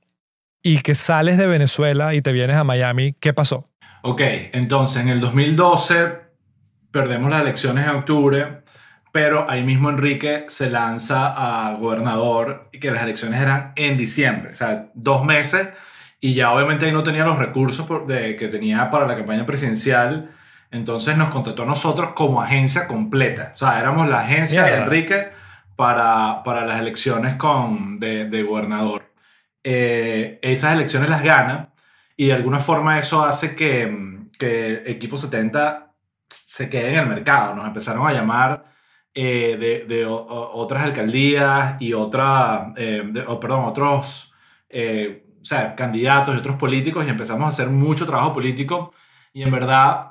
y que sales de Venezuela y te vienes a Miami, ¿qué pasó? Ok, entonces en el dos mil doce perdemos las elecciones en octubre, pero ahí mismo Enrique se lanza a gobernador y que las elecciones eran en diciembre, o sea, dos meses, y ya obviamente ahí no tenía los recursos por- de, que tenía para la campaña presidencial, entonces nos contrató a nosotros como agencia completa, o sea, éramos la agencia de Mierda. Enrique para, para las elecciones con, de, de gobernador. Eh, esas elecciones las gana y de alguna forma eso hace que, mm, que Equipo setenta se quede en el mercado. Nos empezaron a llamar eh, de, de o- o- otras alcaldías y otra, eh, de- o, perdón, otros eh, o sea, candidatos y otros políticos y empezamos a hacer mucho trabajo político y en verdad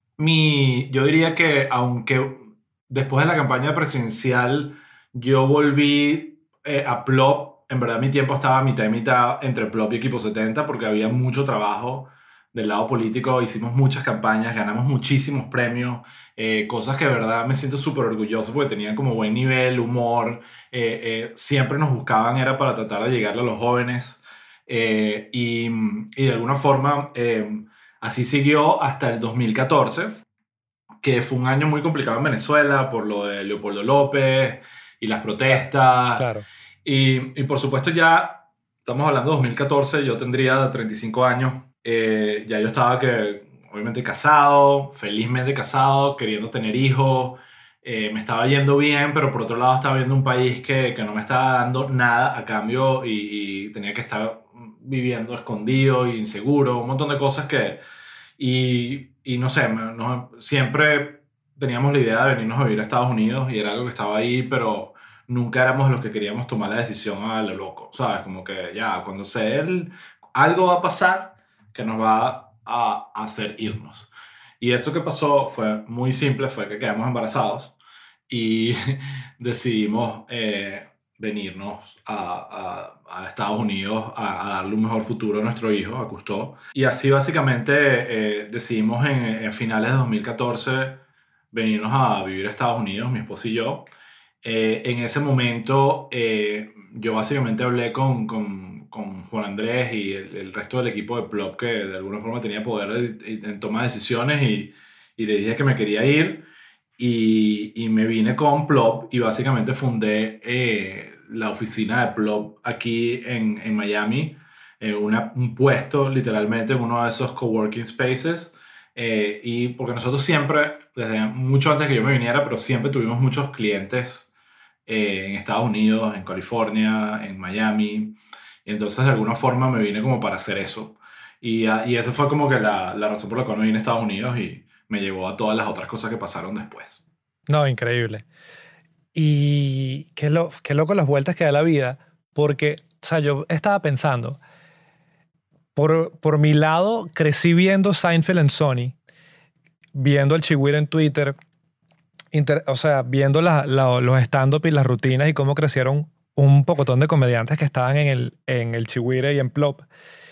mi, yo diría que aunque después de la campaña presidencial yo volví eh, a Plop, en verdad mi tiempo estaba mitad y mitad entre Plop y Equipo setenta porque había mucho trabajo del lado político, hicimos muchas campañas, ganamos muchísimos premios, eh, cosas que de verdad me siento súper orgulloso porque tenían como buen nivel, humor, eh, eh, siempre nos buscaban, era para tratar de llegarle a los jóvenes eh, y, y de alguna forma eh, así siguió hasta el dos mil catorce, que fue un año muy complicado en Venezuela por lo de Leopoldo López y las protestas. Claro. Y, y por supuesto ya, estamos hablando de dos mil catorce, yo tendría treinta y cinco años, eh, ya yo estaba que, obviamente casado, felizmente casado, queriendo tener hijos, eh, me estaba yendo bien, pero por otro lado estaba viendo un país que, que no me estaba dando nada a cambio y, y tenía que estar viviendo escondido, inseguro, un montón de cosas que y, y no sé, me- no- siempre teníamos la idea de venirnos a vivir a Estados Unidos y era algo que estaba ahí, pero nunca éramos los que queríamos tomar la decisión a lo loco, ¿sabes? Como que ya, cuando sea él, algo va a pasar que nos va a hacer irnos. Y eso que pasó fue muy simple, fue que quedamos embarazados y decidimos eh, venirnos a, a- a Estados Unidos a, a darle un mejor futuro a nuestro hijo, a Cousteau. Y así básicamente eh, decidimos en, en finales de dos mil catorce venirnos a vivir a Estados Unidos, mi esposo y yo. Eh, en ese momento eh, yo básicamente hablé con, con, con Juan Andrés y el, el resto del equipo de Plop que de alguna forma tenía poder en, en toma de decisiones y, y le dije que me quería ir y, y me vine con Plop y básicamente fundé eh, la oficina de Plop aquí en, en Miami, eh, una- un puesto literalmente en uno de esos coworking spaces. Eh, y porque nosotros siempre, desde mucho antes que yo me viniera, pero siempre tuvimos muchos clientes eh, en Estados Unidos, en California, en Miami. Y entonces de alguna forma me vine como para hacer eso. Y, ah, y eso fue como que la, la razón por la cual me vine a Estados Unidos y me llevó a todas las otras cosas que pasaron después. No, increíble. Y qué, lo, qué loco las vueltas que da la vida, porque, o sea, yo estaba pensando, por, por mi lado, crecí viendo Seinfeld en Sony, viendo el Chigüiro en Twitter, inter- o sea, viendo la- la- los stand-up y las rutinas y cómo crecieron un pocotón de comediantes que estaban en el, en el Chigüiro y en Plop.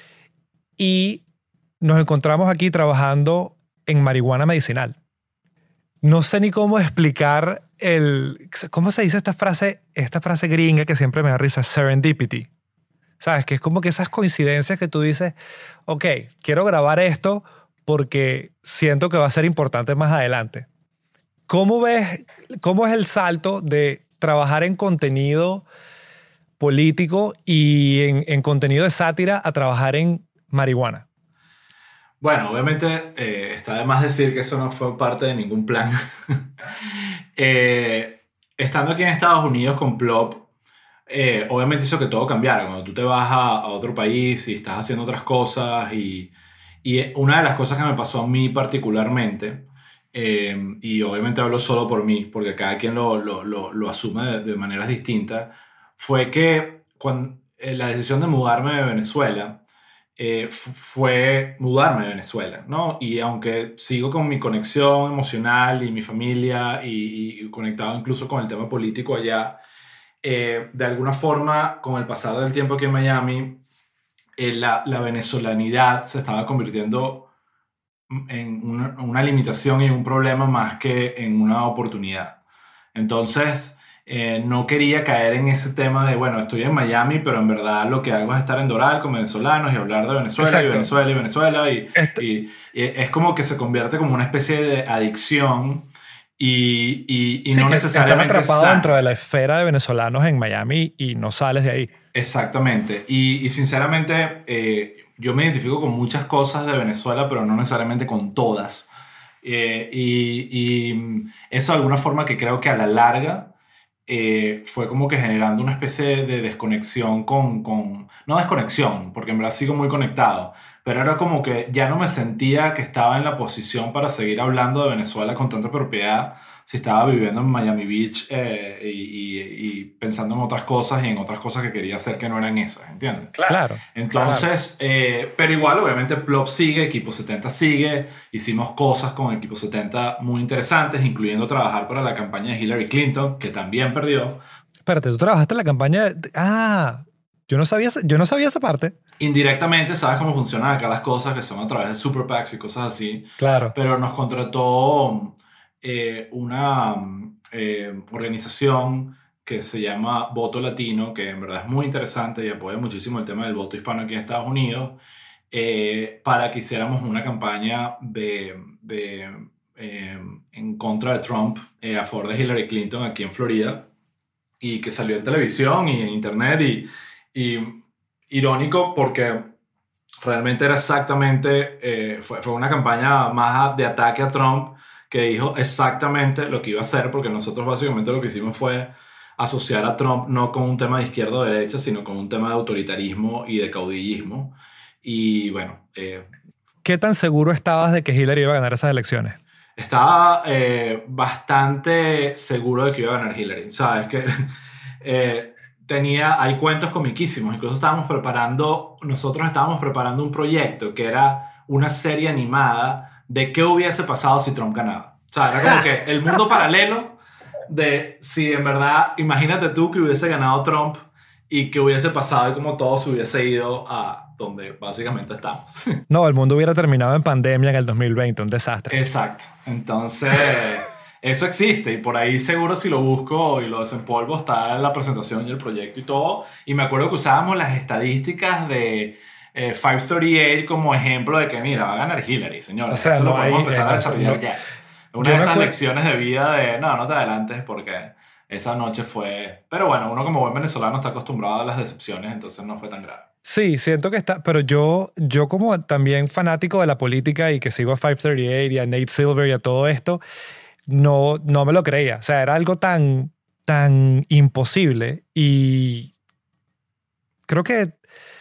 Y nos encontramos aquí trabajando en marihuana medicinal. No sé ni cómo explicar el... ¿Cómo se dice esta frase, esta frase gringa que siempre me da risa? Serendipity. ¿Sabes? Que es como que esas coincidencias que tú dices, ok, quiero grabar esto porque siento que va a ser importante más adelante. ¿Cómo ves, cómo es el salto de trabajar en contenido político y en, en contenido de sátira a trabajar en marihuana? Bueno, obviamente eh, está de más decir que eso no fue parte de ningún plan. eh, estando aquí en Estados Unidos con Plop, eh, obviamente hizo que todo cambiara. Cuando tú te vas a, a otro país y estás haciendo otras cosas y, y una de las cosas que me pasó a mí particularmente, eh, y obviamente hablo solo por mí, porque cada quien lo, lo, lo, lo asume de, de maneras distintas, fue que cuando, eh, la decisión de mudarme de Venezuela, eh, fue mudarme de Venezuela, ¿no? Y aunque sigo con mi conexión emocional y mi familia y, y conectado incluso con el tema político allá, eh, de alguna forma, con el pasar del tiempo aquí en Miami, eh, la, la venezolanidad se estaba convirtiendo en una, una limitación y un problema más que en una oportunidad. Entonces, Eh, no quería caer en ese tema de, bueno, estoy en Miami, pero en verdad lo que hago es estar en Doral con venezolanos y hablar de Venezuela. Exacto. y Venezuela y Venezuela. Y, este... y, y es como que se convierte como una especie de adicción y, y, y sí, no que necesariamente estás atrapado sana. dentro de la esfera de venezolanos en Miami y no sales de ahí. Exactamente. Y, y sinceramente, eh, yo me identifico con muchas cosas de Venezuela, pero no necesariamente con todas. Eh, y, y eso de alguna forma que creo que a la larga Eh, fue como que generando una especie de desconexión con, con... No desconexión, porque en verdad sigo muy conectado, pero era como que ya no me sentía que estaba en la posición para seguir hablando de Venezuela con tanta propiedad si estaba viviendo en Miami Beach eh, y, y, y pensando en otras cosas y en otras cosas que quería hacer que no eran esas, ¿entiendes? Claro. Entonces, claro. Eh, pero igual obviamente Plop sigue, Equipo setenta sigue, hicimos cosas con Equipo setenta muy interesantes, incluyendo trabajar para la campaña de Hillary Clinton, que también perdió. Espérate, ¿tú trabajaste en la campaña de... Ah, yo no sabía, yo no sabía esa parte. Indirectamente, sabes cómo funcionan acá las cosas, que son a través de Super PACs y cosas así. Claro. Pero nos contrató eh, una eh, organización que se llama Voto Latino, que en verdad es muy interesante y apoya muchísimo el tema del voto hispano aquí en Estados Unidos, eh, para que hiciéramos una campaña de, de, eh, en contra de Trump, eh, a favor de Hillary Clinton aquí en Florida, y que salió en televisión y en internet, y, y irónico porque realmente era exactamente, eh, fue, fue una campaña más de ataque a Trump, que dijo exactamente lo que iba a hacer, porque nosotros básicamente lo que hicimos fue asociar a Trump no con un tema de izquierda o derecha, sino con un tema de autoritarismo y de caudillismo. Y bueno... Eh, ¿Qué tan seguro estabas de que Hillary iba a ganar esas elecciones? Estaba eh, bastante seguro de que iba a ganar Hillary. ¿Sabes? Que eh, tenía, hay cuentos comiquísimos. Incluso estábamos preparando, nosotros estábamos preparando un proyecto que era una serie animada de qué hubiese pasado si Trump ganaba. O sea, era como que el mundo paralelo de si en verdad, imagínate tú que hubiese ganado Trump y que hubiese pasado y como todo se hubiese ido a donde básicamente estamos. No, el mundo hubiera terminado en pandemia en el dos mil veinte, un desastre. Exacto. Entonces, eso existe y por ahí seguro si lo busco y lo desempolvo está en la presentación y el proyecto y todo. Y me acuerdo que usábamos las estadísticas de eh, quinientos treinta y ocho como ejemplo de que, mira, va a ganar Hillary, señora. O sea, Esto no lo podemos hay, empezar eh, a desarrollar no, ya. Una de esas lecciones de vida de, no, no te adelantes porque esa noche fue... Pero bueno, uno como buen venezolano está acostumbrado a las decepciones, entonces no fue tan grave. Sí, siento que está, pero yo, yo como también fanático de la política y que sigo a quinientos treinta y ocho y a Nate Silver y a todo esto, no, no me lo creía. O sea, era algo tan, tan imposible y creo que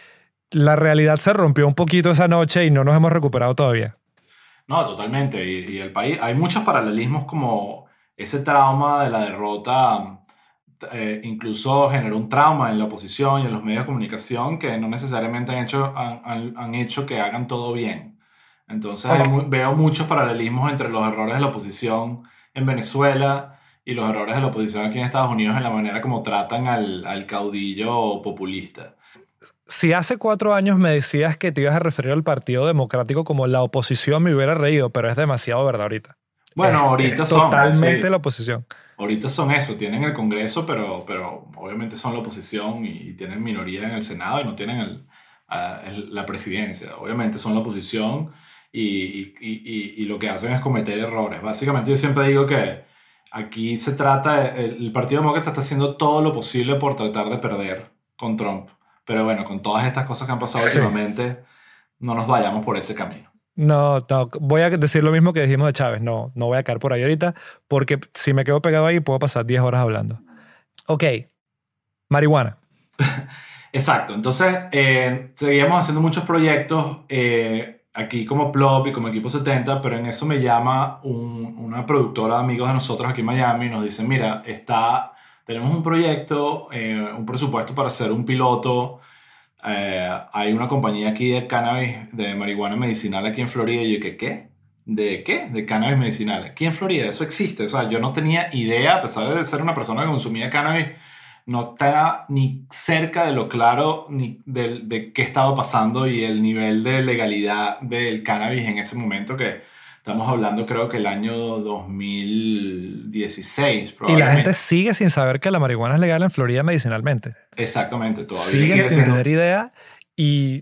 la realidad se rompió un poquito esa noche y no nos hemos recuperado todavía. No, totalmente. Y, y el país, hay muchos paralelismos como ese trauma de la derrota. Eh, incluso generó un trauma en la oposición y en los medios de comunicación que no necesariamente han hecho, han, han, han hecho que hagan todo bien. Entonces Okay. hay mu- veo muchos paralelismos entre los errores de la oposición en Venezuela y los errores de la oposición aquí en Estados Unidos en la manera como tratan al, al caudillo populista. Si hace cuatro años me decías que te ibas a referir al Partido Democrático como la oposición, me hubiera reído, pero es demasiado verdad ahorita. Bueno, es, ahorita es son... totalmente sí. la oposición. Ahorita son eso, tienen el Congreso, pero, pero obviamente son la oposición y tienen minoría en el Senado y no tienen el, uh, el, la presidencia. Obviamente son la oposición y, y, y, y lo que hacen es cometer errores. Básicamente yo siempre digo que aquí se trata, el, el Partido Demócrata está haciendo todo lo posible por tratar de perder con Trump. Pero bueno, con todas estas cosas que han pasado Sí. últimamente, no nos vayamos por ese camino. No, no, voy a decir lo mismo que dijimos de Chávez. No, no voy a caer por ahí ahorita, porque si me quedo pegado ahí puedo pasar diez horas hablando. Ok, marihuana. Exacto, entonces eh, seguíamos haciendo muchos proyectos eh, aquí como Plop y como Equipo setenta, pero en eso me llama un- una productora de amigos de nosotros aquí en Miami y nos dice, mira, está, tenemos un proyecto, eh, un presupuesto para hacer un piloto, eh, hay una compañía aquí de cannabis, de marihuana medicinal aquí en Florida, y yo, ¿qué? ¿Qué? ¿De qué? De cannabis medicinal. Aquí en Florida, eso existe. O sea, yo no tenía idea, a pesar de ser una persona que consumía cannabis, no estaba ni cerca de lo claro ni de, de qué estaba pasando y el nivel de legalidad del cannabis en ese momento, que estamos hablando creo que el año dos mil dieciséis Y la probablemente. gente sigue sin saber que la marihuana es legal en Florida medicinalmente. Exactamente, todavía Siguen sigue sin siendo... tener idea y,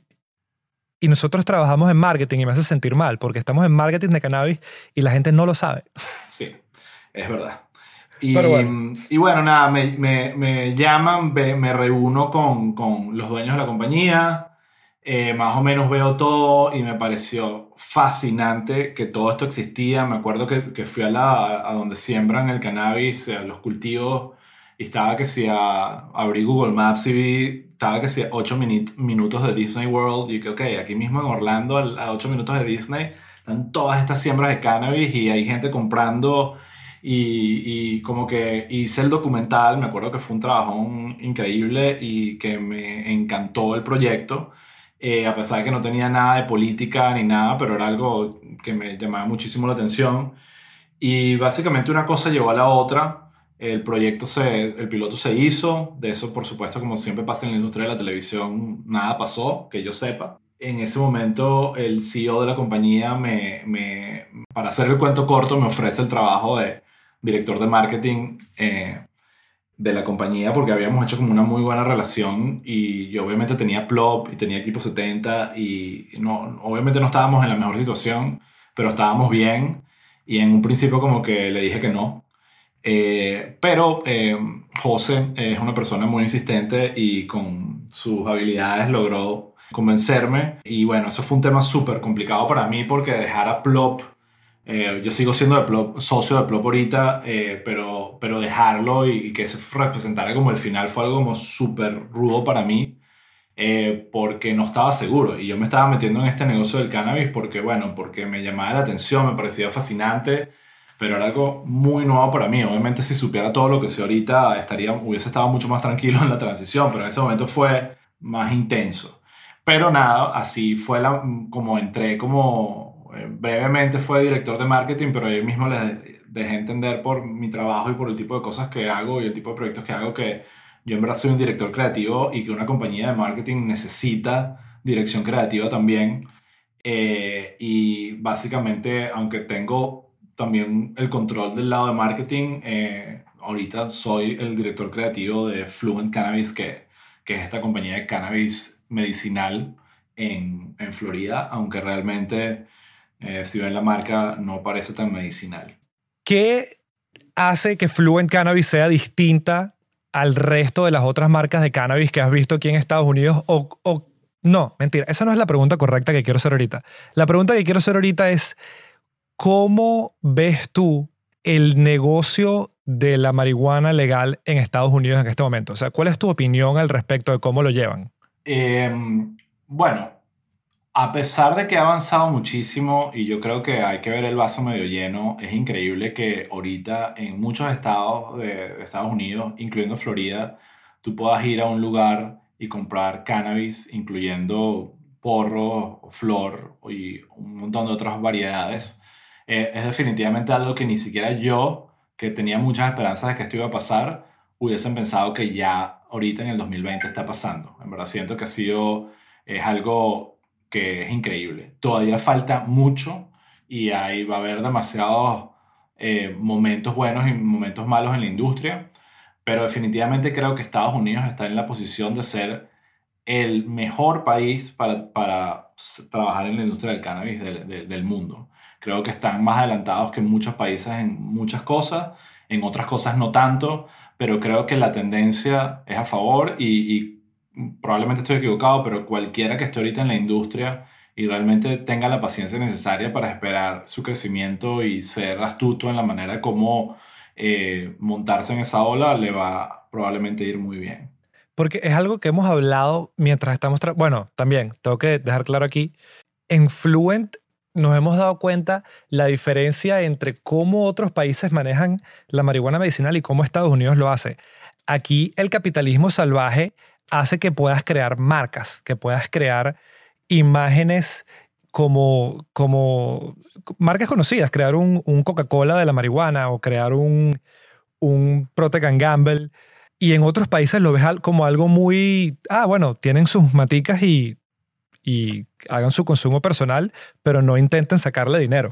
y nosotros trabajamos en marketing y me hace sentir mal porque estamos en marketing de cannabis y la gente no lo sabe. Sí, es verdad. Y Pero bueno. bueno, y bueno nada, me, me, me llaman, ve- me reúno con, con los dueños de la compañía, eh, más o menos veo todo y me pareció fascinante que todo esto existía. Me acuerdo que, que fui a, la, a donde siembran el cannabis, a los cultivos, y estaba que si a, abrí Google Maps y vi, estaba que si a ocho minutos de Disney World, y que ok, aquí mismo en Orlando, al- a ocho minutos de Disney, están todas estas siembras de cannabis y hay gente comprando. Y, y como que hice el documental, me acuerdo que fue un trabajón increíble y que me encantó el proyecto, eh, a pesar de que no tenía nada de política ni nada, pero era algo que me llamaba muchísimo la atención. Y básicamente una cosa llevó a la otra, el proyecto se, el piloto se hizo, de eso por supuesto como siempre pasa en la industria de la televisión, nada pasó, que yo sepa. En ese momento el C E O de la compañía me, me, para hacer el cuento corto, me ofrece el trabajo de director de marketing eh, de la compañía porque habíamos hecho como una muy buena relación y yo obviamente tenía Plop y tenía Equipo setenta y no, obviamente no estábamos en la mejor situación, pero estábamos bien y en un principio como que le dije que no. Eh, pero eh, José es una persona muy insistente y con sus habilidades logró convencerme. Y bueno, eso fue un tema súper complicado para mí porque dejar a Plop, eh, yo sigo siendo de Plop, socio de Plop ahorita, eh, pero, pero dejarlo y, y que se representara como el final fue algo como súper rudo para mí. Eh, porque no estaba seguro y yo me estaba metiendo en este negocio del cannabis porque, bueno, porque me llamaba la atención, me parecía fascinante, pero era algo muy nuevo para mí. Obviamente si supiera todo lo que sé ahorita, estaría, hubiese estado mucho más tranquilo en la transición, pero en ese momento fue más intenso. Pero nada, así fue la, como entré, como eh, brevemente fue director de marketing, pero yo mismo les dejé entender por mi trabajo y por el tipo de cosas que hago y el tipo de proyectos que hago que yo en verdad soy un director creativo y que una compañía de marketing necesita dirección creativa también. Eh, y básicamente, aunque tengo también el control del lado de marketing, eh, ahorita soy el director creativo de Fluent Cannabis, que, que es esta compañía de cannabis medicinal en, en Florida, aunque realmente, eh, si ven la marca, no parece tan medicinal. ¿Qué hace que Fluent Cannabis sea distinta al resto de las otras marcas de cannabis que has visto aquí en Estados Unidos? O, o no, mentira, esa no es la pregunta correcta que quiero hacer ahorita. La pregunta que quiero hacer ahorita es, ¿cómo ves tú el negocio de la marihuana legal en Estados Unidos en este momento? O sea, ¿cuál es tu opinión al respecto de cómo lo llevan? Eh, bueno, a pesar de que ha avanzado muchísimo y yo creo que hay que ver el vaso medio lleno, es increíble que ahorita en muchos estados de, de Estados Unidos, incluyendo Florida, tú puedas ir a un lugar y comprar cannabis, incluyendo porro, flor y un montón de otras variedades. Eh, es definitivamente algo que ni siquiera yo, que tenía muchas esperanzas de que esto iba a pasar, hubiesen pensado que ya ahorita en el dos mil veinte está pasando. En verdad siento que ha sido, es algo que es increíble. Todavía falta mucho y ahí va a haber demasiados eh, momentos buenos y momentos malos en la industria, pero definitivamente creo que Estados Unidos está en la posición de ser el mejor país para, para s- trabajar en la industria del cannabis del, del- del mundo. Creo que están más adelantados que muchos países en muchas cosas, en otras cosas no tanto, pero creo que la tendencia es a favor y, y probablemente estoy equivocado, pero cualquiera que esté ahorita en la industria y realmente tenga la paciencia necesaria para esperar su crecimiento y ser astuto en la manera de cómo eh, montarse en esa ola, le va probablemente ir muy bien. Porque es algo que hemos hablado mientras estamos... tra- Bueno, también, tengo que dejar claro aquí, en Fluent nos hemos dado cuenta la diferencia entre cómo otros países manejan la marihuana medicinal y cómo Estados Unidos lo hace. Aquí el capitalismo salvaje hace que puedas crear marcas, que puedas crear imágenes como, como marcas conocidas, crear un, un Coca-Cola de la marihuana o crear un, un Procter and Gamble. Y en otros países lo ves al- como algo muy, ah, bueno, tienen sus maticas y, y hagan su consumo personal, pero no intenten sacarle dinero.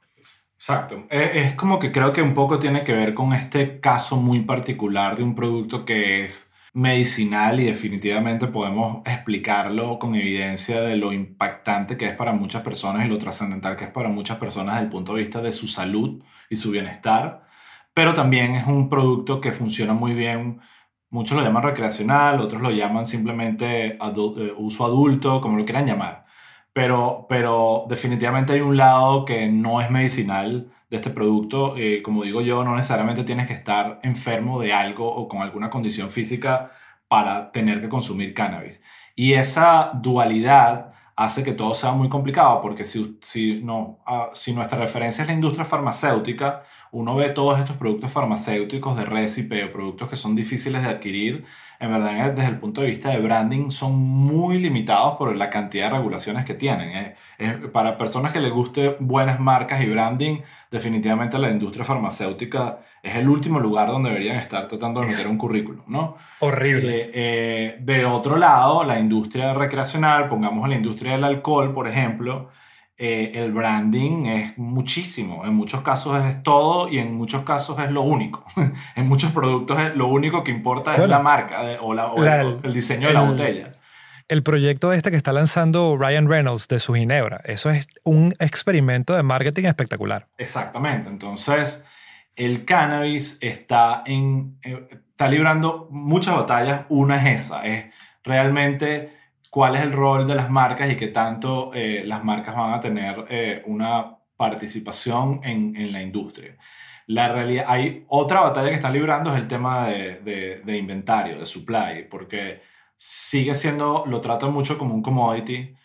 Exacto. Eh, Es como que creo que un poco tiene que ver con este caso muy particular de un producto que es medicinal y definitivamente podemos explicarlo con evidencia de lo impactante que es para muchas personas y lo trascendental que es para muchas personas desde el punto de vista de su salud y su bienestar. Pero también es un producto que funciona muy bien. Muchos lo llaman recreacional, otros lo llaman simplemente adu- eh, uso adulto, como lo quieran llamar. Pero, pero definitivamente hay un lado que no es medicinal de este producto. Eh, como digo yo, no necesariamente tienes que estar enfermo de algo o con alguna condición física para tener que consumir cannabis. Y esa dualidad hace que todo sea muy complicado, porque si, si, no, ah, si nuestra referencia es la industria farmacéutica, uno ve todos estos productos farmacéuticos de récipe o productos que son difíciles de adquirir, en verdad desde el punto de vista de branding son muy limitados por la cantidad de regulaciones que tienen. Eh. Eh, para personas que les guste buenas marcas y branding, definitivamente la industria farmacéutica es el último lugar donde deberían estar tratando de meter Es un currículum, ¿no? horrible. Eh, eh, de otro lado, la industria recreacional, pongamos la industria del alcohol, por ejemplo, eh, el branding es muchísimo. En muchos casos es todo y en muchos casos es lo único. En muchos productos es- lo único que importa es la Bueno, marca de- o, la- o el, la- o el, el diseño de la el, botella. el proyecto este que está lanzando Ryan Reynolds de su Ginebra, eso es un experimento de marketing espectacular. Exactamente. Entonces, el cannabis está, en, eh, está librando muchas batallas. Una es esa, es realmente cuál es el rol de las marcas y qué tanto eh, las marcas van a tener eh, una participación en, en la industria. La realidad, hay otra batalla que están librando es el tema de, de, de inventario, de supply, porque sigue siendo, lo tratan mucho como un commodity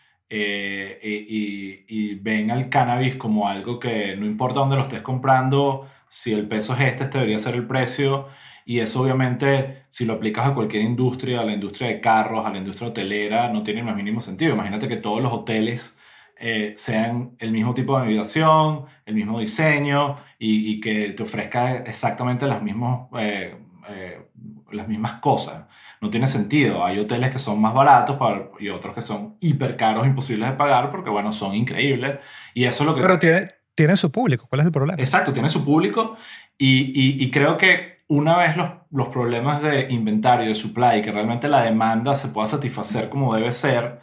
eh, y, y- y ven al cannabis como algo que no importa dónde lo estés comprando, si el peso es este, este debería ser el precio. Y eso obviamente, si lo aplicas a cualquier industria, a la industria de carros, a la industria hotelera, no tiene el más mínimo sentido. Imagínate que todos los hoteles eh, sean el mismo tipo de habitación, el mismo diseño y, y que te ofrezca exactamente las, mismos, eh, eh, las mismas cosas. No tiene sentido. Hay hoteles que son más baratos para- y otros que son hiper caros, imposibles de pagar porque, bueno, son increíbles. Y eso es lo que... Pero tiene, tiene su público, ¿cuál es el problema? Exacto, tiene su público y, y- y creo que una vez los, los problemas de inventario, de supply, que realmente la demanda se pueda satisfacer como debe ser,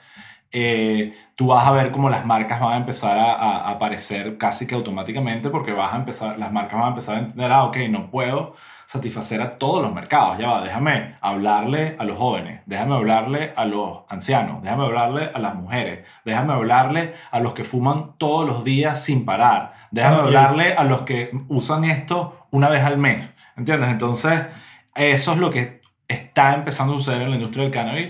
eh, tú vas a ver cómo las marcas van a empezar a, a- a aparecer casi que automáticamente porque vas a empezar, las marcas van a empezar a entender, ah, ok, no puedo satisfacer a todos los mercados, ya va, déjame hablarle a los jóvenes, déjame hablarle a los ancianos, déjame hablarle a las mujeres, déjame hablarle a los que fuman todos los días sin parar, déjame No, y el, hablarle a los que usan esto una vez al mes, ¿entiendes? Entonces, eso es lo que está empezando a suceder en la industria del cannabis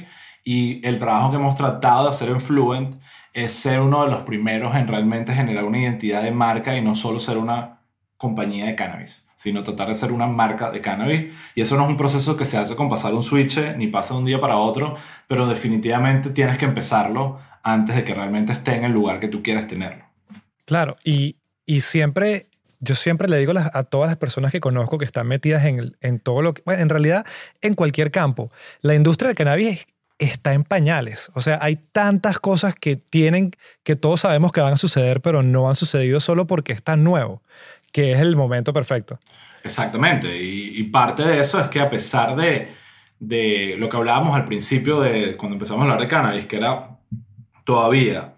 y el trabajo que hemos tratado de hacer en Fluent es ser uno de los primeros en realmente generar una identidad de marca y no solo ser una compañía de cannabis, sino tratar de ser una marca de cannabis. Y eso no es un proceso que se hace con pasar un switch, ni pasa de un día para otro, pero definitivamente tienes que empezarlo antes de que realmente esté en el lugar que tú quieres tenerlo. claro, y, y siempre, yo siempre le digo a, las- a todas las personas que conozco que están metidas en, el- en todo lo que, bueno, en realidad, en cualquier campo, la industria del cannabis está en pañales. O sea, hay tantas cosas que tienen, que todos sabemos que van a suceder, pero no han sucedido solo porque es tan nuevo, que es el momento perfecto. Exactamente, y, y parte de eso es que a pesar de, de lo que hablábamos al principio de cuando empezamos a hablar de cannabis, que era todavía,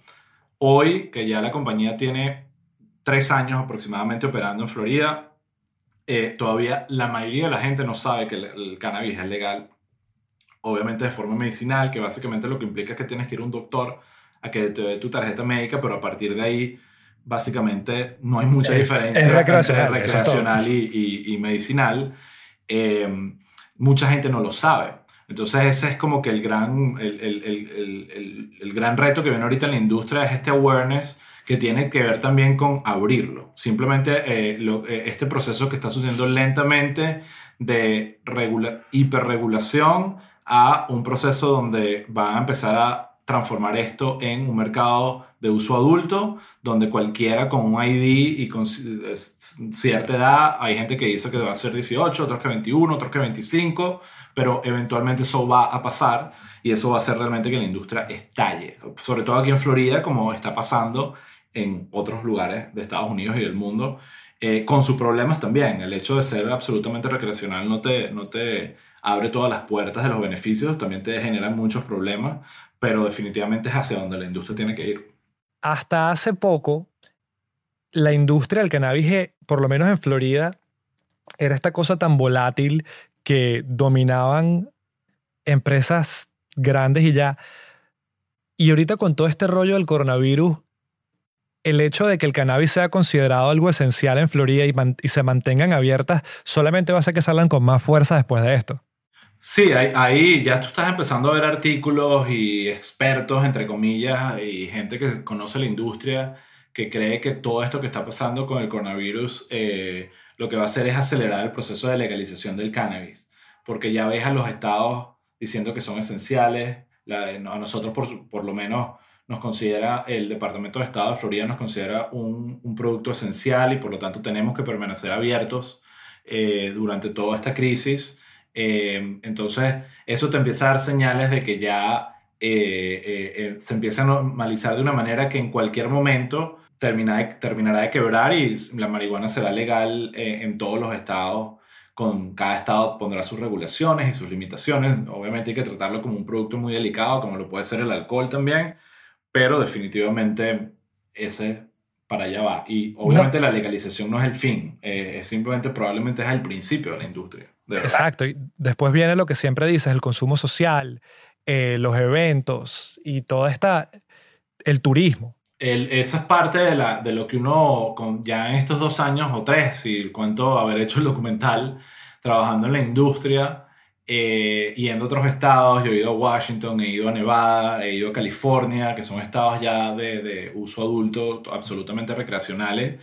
hoy que ya la compañía tiene tres años aproximadamente operando en Florida, eh, todavía la mayoría de la gente no sabe que el, el cannabis es legal obviamente de forma medicinal, que básicamente lo que implica es que tienes que ir a un doctor a que te dé tu tarjeta médica, pero a partir de ahí básicamente no hay mucha Es, es diferencia entre recreacional, eso es todo. recreacional y, y- y medicinal. Eh, Mucha gente no lo sabe. Entonces ese es como que el gran, el, el- el- el- el- el gran reto que viene ahorita en la industria es este awareness que tiene que ver también con abrirlo. Simplemente eh, lo- eh, este proceso que está sucediendo lentamente de regula- hiperregulación a un proceso donde va a empezar a transformar esto en un mercado de uso adulto, donde cualquiera con un I D y con ci- es- cierta edad, hay gente que dice que va a ser dieciocho, otros que veintiuno, otros que veinticinco, pero eventualmente eso va a pasar y eso va a hacer realmente que la industria estalle, sobre todo aquí en Florida, como está pasando en otros lugares de Estados Unidos y del mundo, eh, con sus problemas también. El hecho de ser absolutamente recreacional no te, no te abre todas las puertas de los beneficios, también te genera muchos problemas, pero definitivamente es hacia donde la industria tiene que ir. Hasta hace poco, la industria del cannabis, eh, por lo menos en Florida, era esta cosa tan volátil que dominaban empresas grandes y ya. Y ahorita con todo este rollo del coronavirus, el hecho de que el cannabis sea considerado algo esencial en Florida y, man- y se mantengan abiertas solamente va a hacer que salgan con más fuerza después de esto. Sí, ahí, ahí ya tú estás empezando a ver artículos y expertos, entre comillas, y gente que conoce la industria, que cree que todo esto que está pasando con el coronavirus eh, lo que va a hacer es acelerar el proceso de legalización del cannabis, porque ya ves a los estados diciendo que son esenciales. La- no, a nosotros por, su- por lo menos nos considera, el Departamento de Estado de Florida nos considera un, un producto esencial y por lo tanto tenemos que permanecer abiertos eh, durante toda esta crisis. Eh, entonces, eso te empieza a dar señales de que ya eh, eh, eh, se empieza a normalizar de una manera que en cualquier momento termina de- terminará de quebrar y la marihuana será legal eh, en todos los estados. Con cada estado pondrá sus regulaciones y sus limitaciones. Obviamente hay que tratarlo como un producto muy delicado, como lo puede ser el alcohol también, pero definitivamente ese para allá va. Y No, obviamente la legalización no es el fin, eh, es simplemente probablemente es el principio de la industria, de verdad. exacto. Y después viene lo que siempre dices, el consumo social, eh, los eventos y toda esta, el turismo. El, eso es parte de, la, de lo que uno, con, ya en estos dos años o tres, si cuento haber hecho el documental, trabajando en la industria, eh, yendo a otros estados, yo he ido a Washington, he ido a Nevada, he ido a California, que son estados ya de, de uso adulto, absolutamente recreacionales,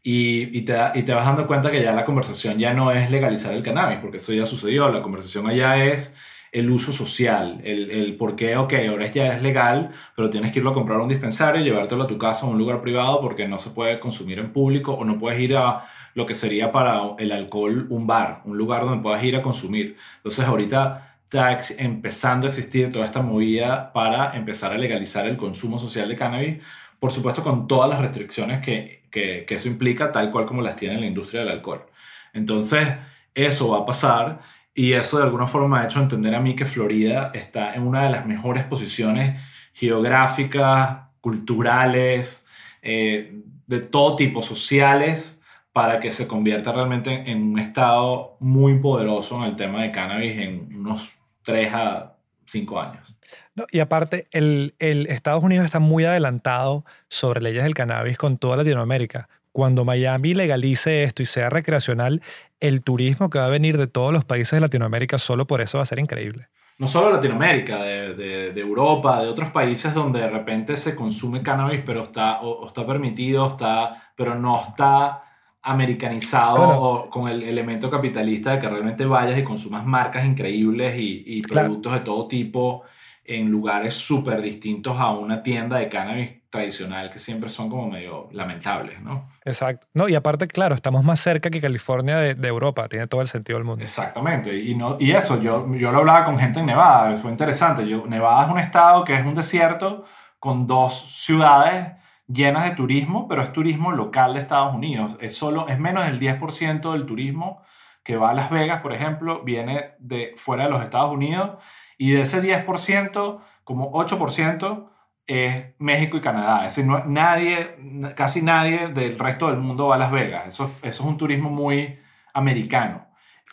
y, y, te, da- y te vas dando cuenta que ya la conversación ya no es legalizar el cannabis, porque eso ya sucedió, la conversación allá es el uso social, el, el por qué, ok, ahora ya es legal, pero tienes que irlo a comprar a un dispensario, llevártelo a tu casa a un lugar privado porque no se puede consumir en público o no puedes ir a lo que sería para el alcohol un bar, un lugar donde puedas ir a consumir. Entonces ahorita está ex- empezando a existir toda esta movida para empezar a legalizar el consumo social de cannabis, por supuesto con todas las restricciones que, que, que eso implica, tal cual como las tiene la industria del alcohol. Entonces eso va a pasar. Y eso de alguna forma me ha hecho entender a mí que Florida está en una de las mejores posiciones geográficas, culturales, eh, de todo tipo, sociales, para que se convierta realmente en un estado muy poderoso en el tema de cannabis en unos tres a cinco años. No, y aparte, el, el Estados Unidos está muy adelantado sobre leyes del cannabis con toda Latinoamérica. Cuando Miami legalice esto y sea recreacional, el turismo que va a venir de todos los países de Latinoamérica solo por eso va a ser increíble. No solo Latinoamérica, de, de- de Europa, de otros países donde de repente se consume cannabis, pero está, o, o está permitido, está, pero no está americanizado Bueno, o con el elemento capitalista de que realmente vayas y consumas marcas increíbles y, y claro, productos de todo tipo en lugares súper distintos a una tienda de cannabis tradicional que siempre son como medio lamentables, ¿no? exacto. No, y aparte, claro, estamos más cerca que California de, de Europa, tiene todo el sentido del mundo. Exactamente, y, no, y eso, yo, yo lo hablaba con gente en Nevada, fue interesante. Yo, Nevada es un estado que es un desierto con dos ciudades llenas de turismo, pero es turismo local de Estados Unidos. Es, solo, es menos del diez por ciento del turismo que va a Las Vegas, por ejemplo, viene de fuera de los Estados Unidos, y de ese diez por ciento, como ocho por ciento es México y Canadá. Es decir, no, nadie, casi nadie del resto del mundo va a Las Vegas. Eso, eso es un turismo muy americano.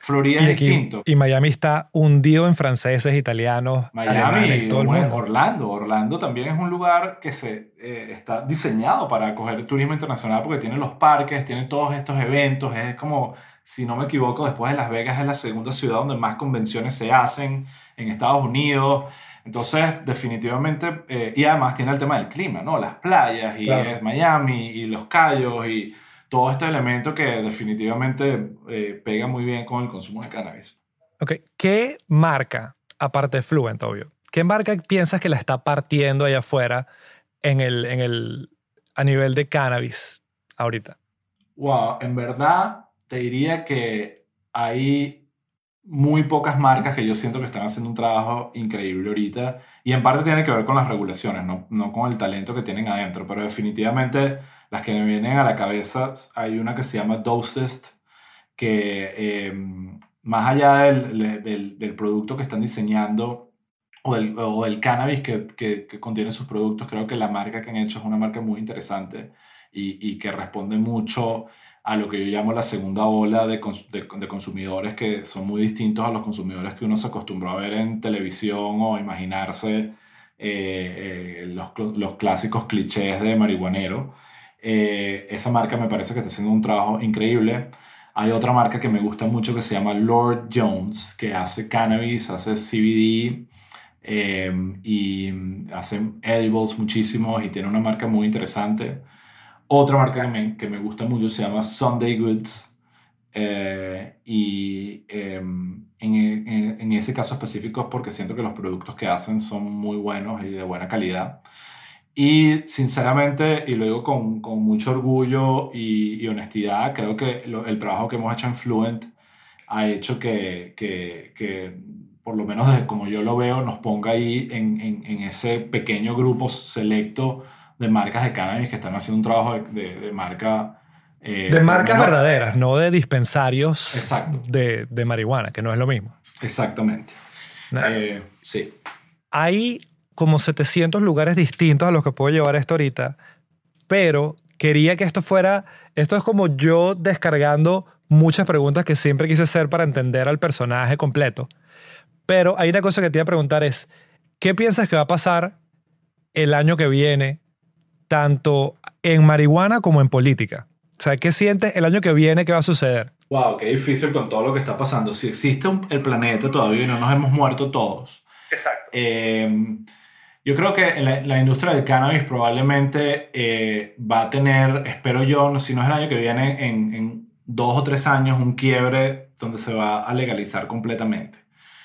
Florida Y, es aquí, distinto. y Miami está hundido en franceses, italianos, Miami, alemanes, todo el bueno, mundo. Orlando. Orlando también es un lugar que se, eh, está diseñado para acoger turismo internacional porque tiene los parques, tiene todos estos eventos. Es como, si no me equivoco, después de Las Vegas es la segunda ciudad donde más convenciones se hacen en Estados Unidos. Entonces, definitivamente, eh, y además tiene el tema del clima, ¿no? Las playas, y Claro. es Miami, y los Cayos, y todo este elemento que definitivamente eh, pega muy bien con el consumo de cannabis. Ok, ¿qué marca, aparte de Fluent, obvio, qué marca piensas que la está partiendo allá afuera en el, en el, a nivel de cannabis ahorita? Wow, en verdad te diría que hay muy pocas marcas que yo siento que están haciendo un trabajo increíble ahorita, y en parte tiene que ver con las regulaciones, no, no con el talento que tienen adentro, pero definitivamente las que me vienen a la cabeza, hay una que se llama Dosist, que eh, más allá del, del, del producto que están diseñando o del, o del cannabis que, que, que contiene sus productos, creo que la marca que han hecho es una marca muy interesante y, y que responde mucho a lo que yo llamo la segunda ola de, cons de, de consumidores que son muy distintos a los consumidores que uno se acostumbró a ver en televisión o imaginarse eh, eh, los, los clásicos clichés de marihuanero. Eh, esa marca me parece que está haciendo un trabajo increíble. Hay otra marca que me gusta mucho que se llama Lord Jones, que hace cannabis, hace C B D eh, y hace edibles muchísimos y tiene una marca muy interesante. Otra marca que me, que me gusta mucho se llama Sunday Goods eh, y eh, en, en, en ese caso específico es porque siento que los productos que hacen son muy buenos y de buena calidad. Y sinceramente, y lo digo con, con mucho orgullo y, y honestidad, creo que lo, el trabajo que hemos hecho en Fluent ha hecho que, que, que, por lo menos desde como yo lo veo, nos ponga ahí en, en, en ese pequeño grupo selecto de marcas de cannabis que están haciendo un trabajo de, de, de marca. Eh, De por lo marcas menos, verdaderas, no de dispensarios exacto, de, de marihuana, que no es lo mismo. exactamente. Nah. Eh, sí. Hay como setecientos lugares distintos a los que puedo llevar esto ahorita, pero quería que esto fuera, esto es como yo descargando muchas preguntas que siempre quise hacer para entender al personaje completo. Pero hay una cosa que te iba a preguntar es, ¿qué piensas que va a pasar el año que viene, tanto en marihuana como en política? O sea, ¿qué sientes el año que viene que va a suceder? Wow, qué difícil con todo lo que está pasando. Si existe un, el planeta todavía y no nos hemos muerto todos. Exacto. Eh, yo creo que la, la industria del cannabis probablemente eh, va a tener, espero yo, no, si no es el año que viene, en, en dos o tres años, un quiebre donde se va a legalizar completamente.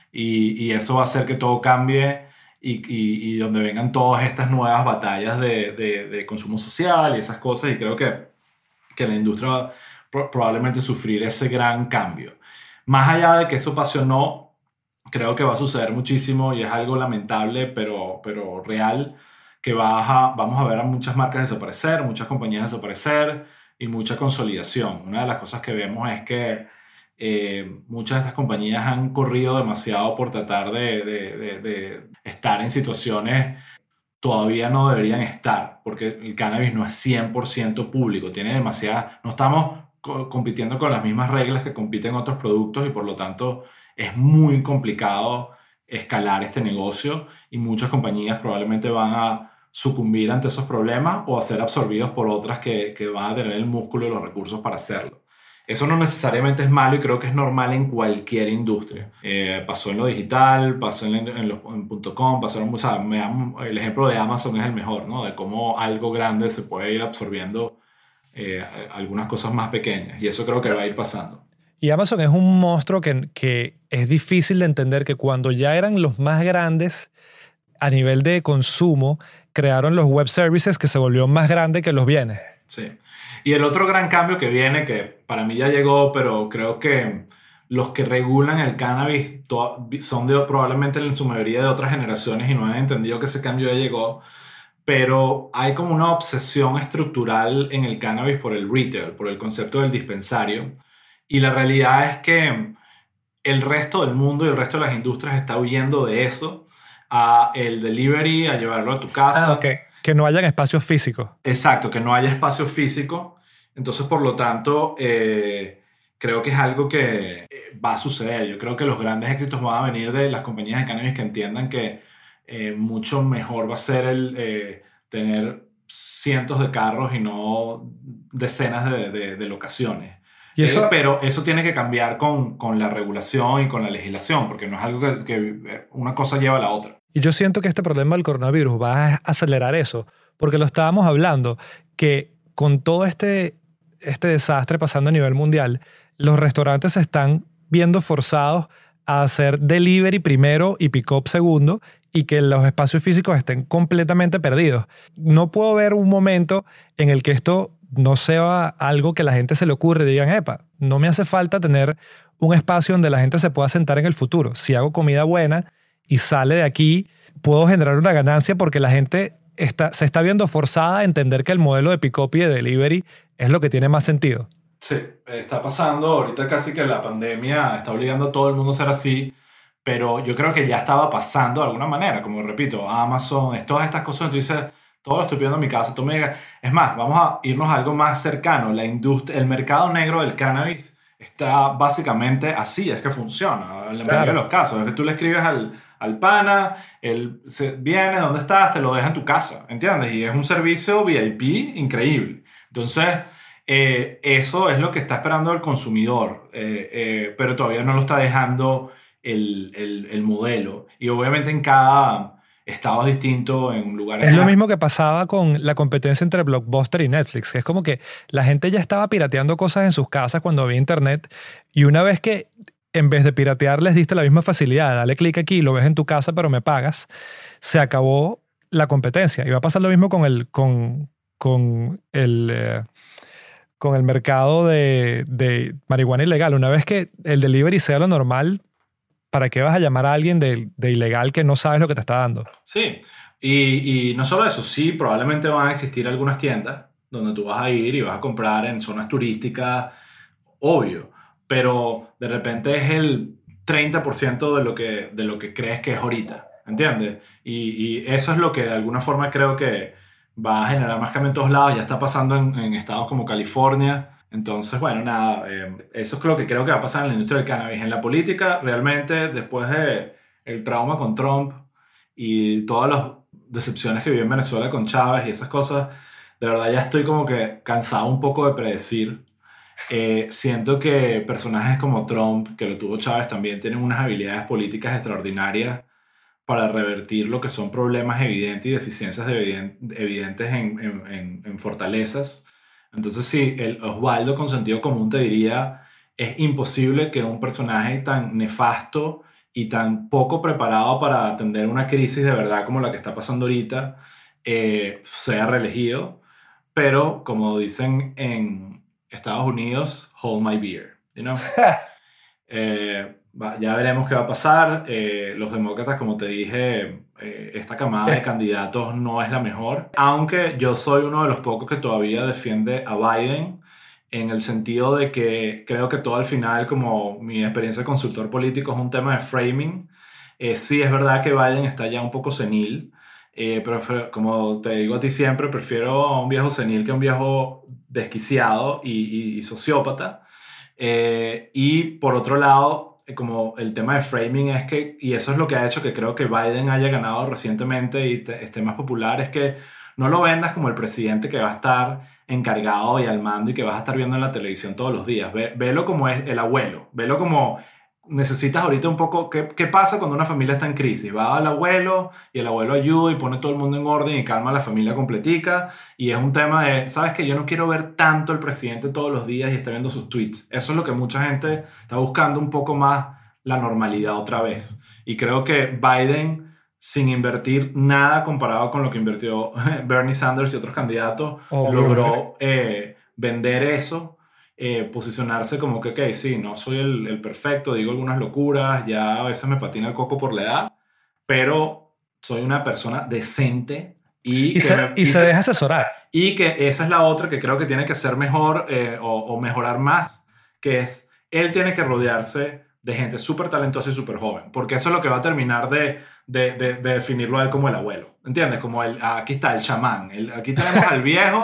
Y, y eso va a hacer que todo cambie y, y, y donde vengan todas estas nuevas batallas de, de, de consumo social y esas cosas. Y creo que, que la industria va pro, probablemente sufrir ese gran cambio. Más allá de que eso pase o no, creo que va a suceder muchísimo y es algo lamentable, pero, pero real, que va a, vamos a ver a muchas marcas desaparecer, muchas compañías desaparecer y mucha consolidación. Una de las cosas que vemos es que eh, muchas de estas compañías han corrido demasiado por tratar de, de, de, de estar en situaciones todavía no deberían estar, porque el cannabis no es cien por ciento público, tiene demasiadas, no estamos co compitiendo con las mismas reglas que compiten otros productos y por lo tanto es muy complicado escalar este negocio y muchas compañías probablemente van a sucumbir ante esos problemas o a ser absorbidos por otras que, que van a tener el músculo y los recursos para hacerlo. Eso no necesariamente es malo y creo que es normal en cualquier industria. Eh, pasó en lo digital, pasó en, en, los, en .com, pasaron, o sea, me, el ejemplo de Amazon es el mejor, ¿no? De cómo algo grande se puede ir absorbiendo eh, algunas cosas más pequeñas y eso creo que va a ir pasando. Y Amazon es un monstruo que, que es difícil de entender que cuando ya eran los más grandes a nivel de consumo, crearon los web services que se volvió más grande que los bienes. Sí. Y el otro gran cambio que viene, que para mí ya llegó, pero creo que los que regulan el cannabis son de, probablemente en su mayoría de otras generaciones y no han entendido que ese cambio ya llegó, pero hay como una obsesión estructural en el cannabis por el retail, por el concepto del dispensario. Y la realidad es que el resto del mundo y el resto de las industrias está huyendo de eso, a el delivery, a llevarlo a tu casa. Ah, okay. Que no hayan espacios físicos. Exacto, que no haya espacio físico. Entonces, por lo tanto, eh, creo que es algo que eh, va a suceder. Yo creo que los grandes éxitos van a venir de las compañías de cannabis que entiendan que eh, mucho mejor va a ser el eh, tener cientos de carros y no decenas de, de, de locaciones. Y eso, Eh, pero eso tiene que cambiar con, con la regulación y con la legislación, porque no es algo que, que una cosa lleva a la otra. y yo siento que este problema del coronavirus va a acelerar eso, porque lo estábamos hablando, que con todo este, este desastre pasando a nivel mundial, los restaurantes se están viendo forzados a hacer delivery primero y pick-up segundo, y que los espacios físicos estén completamente perdidos. No puedo ver un momento en el que esto no sea algo que la gente se le ocurre y digan, epa, no me hace falta tener un espacio donde la gente se pueda sentar en el futuro. Si hago comida buena y sale de aquí, puedo generar una ganancia porque la gente está, se está viendo forzada a entender que el modelo de pick-up y de delivery es lo que tiene más sentido. Sí, está pasando. Ahorita casi que la pandemia está obligando a todo el mundo a ser así, pero yo creo que ya estaba pasando de alguna manera. Como repito, Amazon, es todas estas cosas, tú dices, todo lo estoy pidiendo en mi casa. Tú me digas, es más, vamos a irnos a algo más cercano. La industria, el mercado negro del cannabis está básicamente así, es que funciona. En la mayoría de los casos, es que tú le escribes al, al pana, él se viene, ¿dónde estás? Te lo deja en tu casa, ¿entiendes? Y es un servicio V I P increíble. Entonces, eh, eso es lo que está esperando el consumidor, eh, eh, pero todavía no lo está dejando el, el, el modelo. Y obviamente en cada estado es distinto, en un lugar... Es lo mismo que pasaba con la competencia entre Blockbuster y Netflix, que es como que la gente ya estaba pirateando cosas en sus casas cuando había internet, y una vez que en vez de piratear les diste la misma facilidad, dale clic aquí, lo ves en tu casa pero me pagas, se acabó la competencia. Y va a pasar lo mismo con el, con, con el, eh, con el mercado de, de marihuana ilegal. Una vez que el delivery sea lo normal, ¿para qué vas a llamar a alguien de, de ilegal que no sabes lo que te está dando? Sí, y, y no solo eso, sí, probablemente van a existir algunas tiendas donde tú vas a ir y vas a comprar en zonas turísticas, obvio, pero de repente es el treinta por ciento de lo que, de lo que crees que es ahorita, ¿entiendes? Y, y eso es lo que de alguna forma creo que va a generar más cambio en todos lados. Ya está pasando en, en estados como California. Entonces, bueno, nada, eh, eso es lo que creo que va a pasar en la industria del cannabis. En la política, realmente, después de el trauma con Trump y todas las decepciones que viví en Venezuela con Chávez y esas cosas, de verdad ya estoy como que cansado un poco de predecir. Eh, siento que personajes como Trump, que lo tuvo Chávez, también tienen unas habilidades políticas extraordinarias para revertir lo que son problemas evidentes y deficiencias de eviden- evidentes en, en, en, en fortalezas. Entonces sí, el Osvaldo con sentido común te diría, es imposible que un personaje tan nefasto y tan poco preparado para atender una crisis de verdad como la que está pasando ahorita eh, sea reelegido. Pero como dicen en Estados Unidos, hold my beer, you know? eh, va- ya veremos qué va a pasar. Eh, los demócratas, como te dije, eh, esta camada de candidatos no es la mejor. Aunque yo soy uno de los pocos que todavía defiende a Biden, en el sentido de que creo que todo al final, como mi experiencia de consultor político, es un tema de framing. Eh, sí, es verdad que Biden está ya un poco senil, eh, pero fre- como te digo a ti siempre, prefiero a un viejo senil que a un viejo desquiciado y, y- y sociópata. Eh, y por otro lado, eh, como el tema de framing es que, y eso es lo que ha hecho que creo que Biden haya ganado recientemente y te- esté más popular, es que no lo vendas como el presidente que va a estar encargado y al mando y que vas a estar viendo en la televisión todos los días. Ve, velo como es el abuelo, velo como necesitas ahorita un poco, ¿qué, qué pasa cuando una familia está en crisis? Va al abuelo y el abuelo ayuda y pone todo el mundo en orden y calma a la familia completica, y es un tema de, ¿sabes qué? Yo no quiero ver tanto al presidente todos los días y estar viendo sus tweets. Eso es lo que mucha gente está buscando, un poco más la normalidad otra vez. Y creo que Biden, sin invertir nada comparado con lo que invirtió Bernie Sanders y otros candidatos, Obvio. logró eh, vender eso, eh, posicionarse como que, ok, sí, no soy el, el perfecto, digo algunas locuras, ya a veces me patina el coco por la edad, pero soy una persona decente y, Y que se, me- y se deja asesorar. y que esa es la otra que creo que tiene que ser mejor, eh, o, o mejorar más, que es, él tiene que rodearse de gente súper talentosa y súper joven, porque eso es lo que va a terminar de, de, de, de definirlo a él como el abuelo, ¿entiendes? Como el, aquí está el chamán, el, aquí tenemos al viejo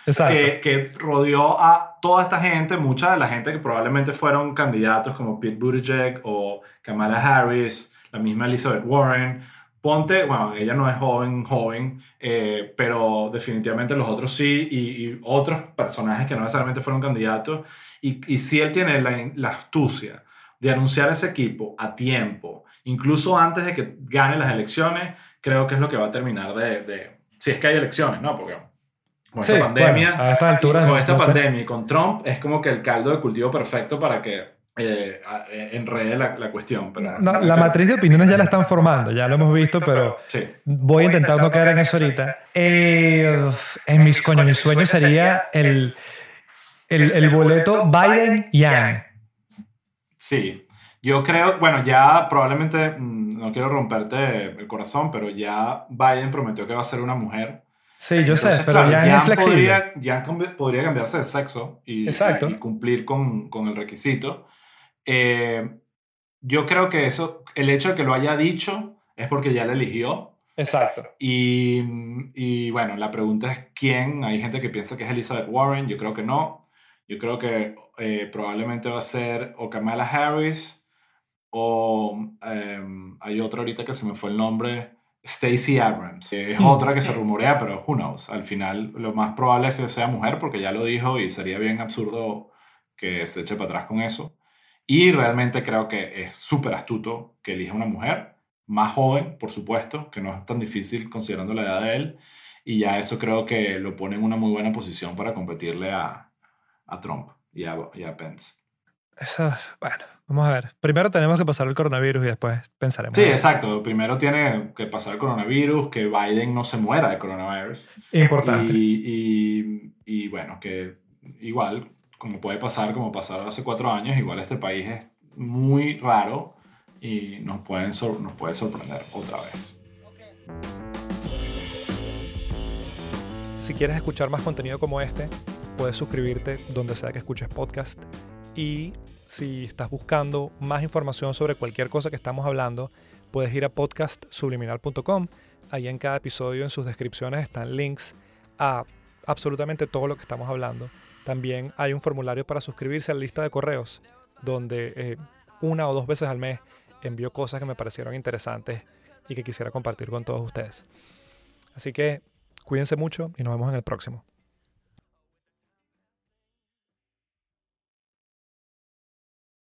Exacto. que, que rodeó a toda esta gente, mucha de la gente que probablemente fueron candidatos como Pete Buttigieg o Kamala Harris, la misma Elizabeth Warren. Ponte, bueno, ella no es joven, joven, eh, pero definitivamente los otros sí, y, y otros personajes que no necesariamente fueron candidatos. Y, y si él tiene la, la astucia de anunciar ese equipo a tiempo, incluso antes de que gane las elecciones, creo que es lo que va a terminar de... de si es que hay elecciones, ¿no? Porque con esta Sí, pandemia, bueno, a estas alturas con no- esta no te- pandemia y con Trump es como que el caldo de cultivo perfecto para que eh, a- eh, enrede la, la cuestión. Pero, No, la matriz de opiniones ya la están formando, ya lo hemos visto, pero Sí. voy a intentar no caer en eso ahorita. Eh, en mis coño, mi sueño sería el, el, el boleto Biden-Yang. Sí, yo creo, bueno, ya probablemente, mm, no quiero romperte el corazón, pero ya Biden prometió que va a ser una mujer. Sí, yo sé, Entonces, pero claro, Yang Jan es flexible. podría, Jan cambi- podría cambiarse de sexo y, Exacto. y- y cumplir con, con el requisito. Eh, yo creo que eso, el hecho de que lo haya dicho es porque ya la eligió. Exacto. Y, y bueno, la pregunta es quién. Hay gente que piensa que es Elizabeth Warren, yo creo que no. Yo creo que eh, probablemente va a ser o Kamala Harris o em, hay otra ahorita que se me fue el nombre, Stacey Abrams. que Es Hmm. otra que se rumorea, pero who knows. Al final lo más probable es que sea mujer porque ya lo dijo y sería bien absurdo que se eche para atrás con eso. Y realmente creo que es súper astuto que elija una mujer, más joven, por supuesto, que no es tan difícil considerando la edad de él. Y ya eso creo que lo pone en una muy buena posición para competirle a, a Trump y a, y a Pence. Eso, bueno, vamos a ver. Primero tenemos que pasar el coronavirus y después pensaremos. Sí, en eso. exacto. Primero tiene que pasar el coronavirus, que Biden no se muera de coronavirus. Importante. Y, y, y bueno, que igual, como puede pasar, como pasaron hace cuatro años, igual este país es muy raro y nos, pueden sor- nos puede sorprender otra vez. Si quieres escuchar más contenido como este, puedes suscribirte donde sea que escuches podcast. Y si estás buscando más información sobre cualquier cosa que estamos hablando, puedes ir a podcast subliminal punto com. Ahí en cada episodio, en sus descripciones, están links a absolutamente todo lo que estamos hablando. También hay un formulario para suscribirse a la lista de correos, donde eh, una o dos veces al mes envío cosas que me parecieron interesantes y que quisiera compartir con todos ustedes. Así que cuídense mucho y nos vemos en el próximo.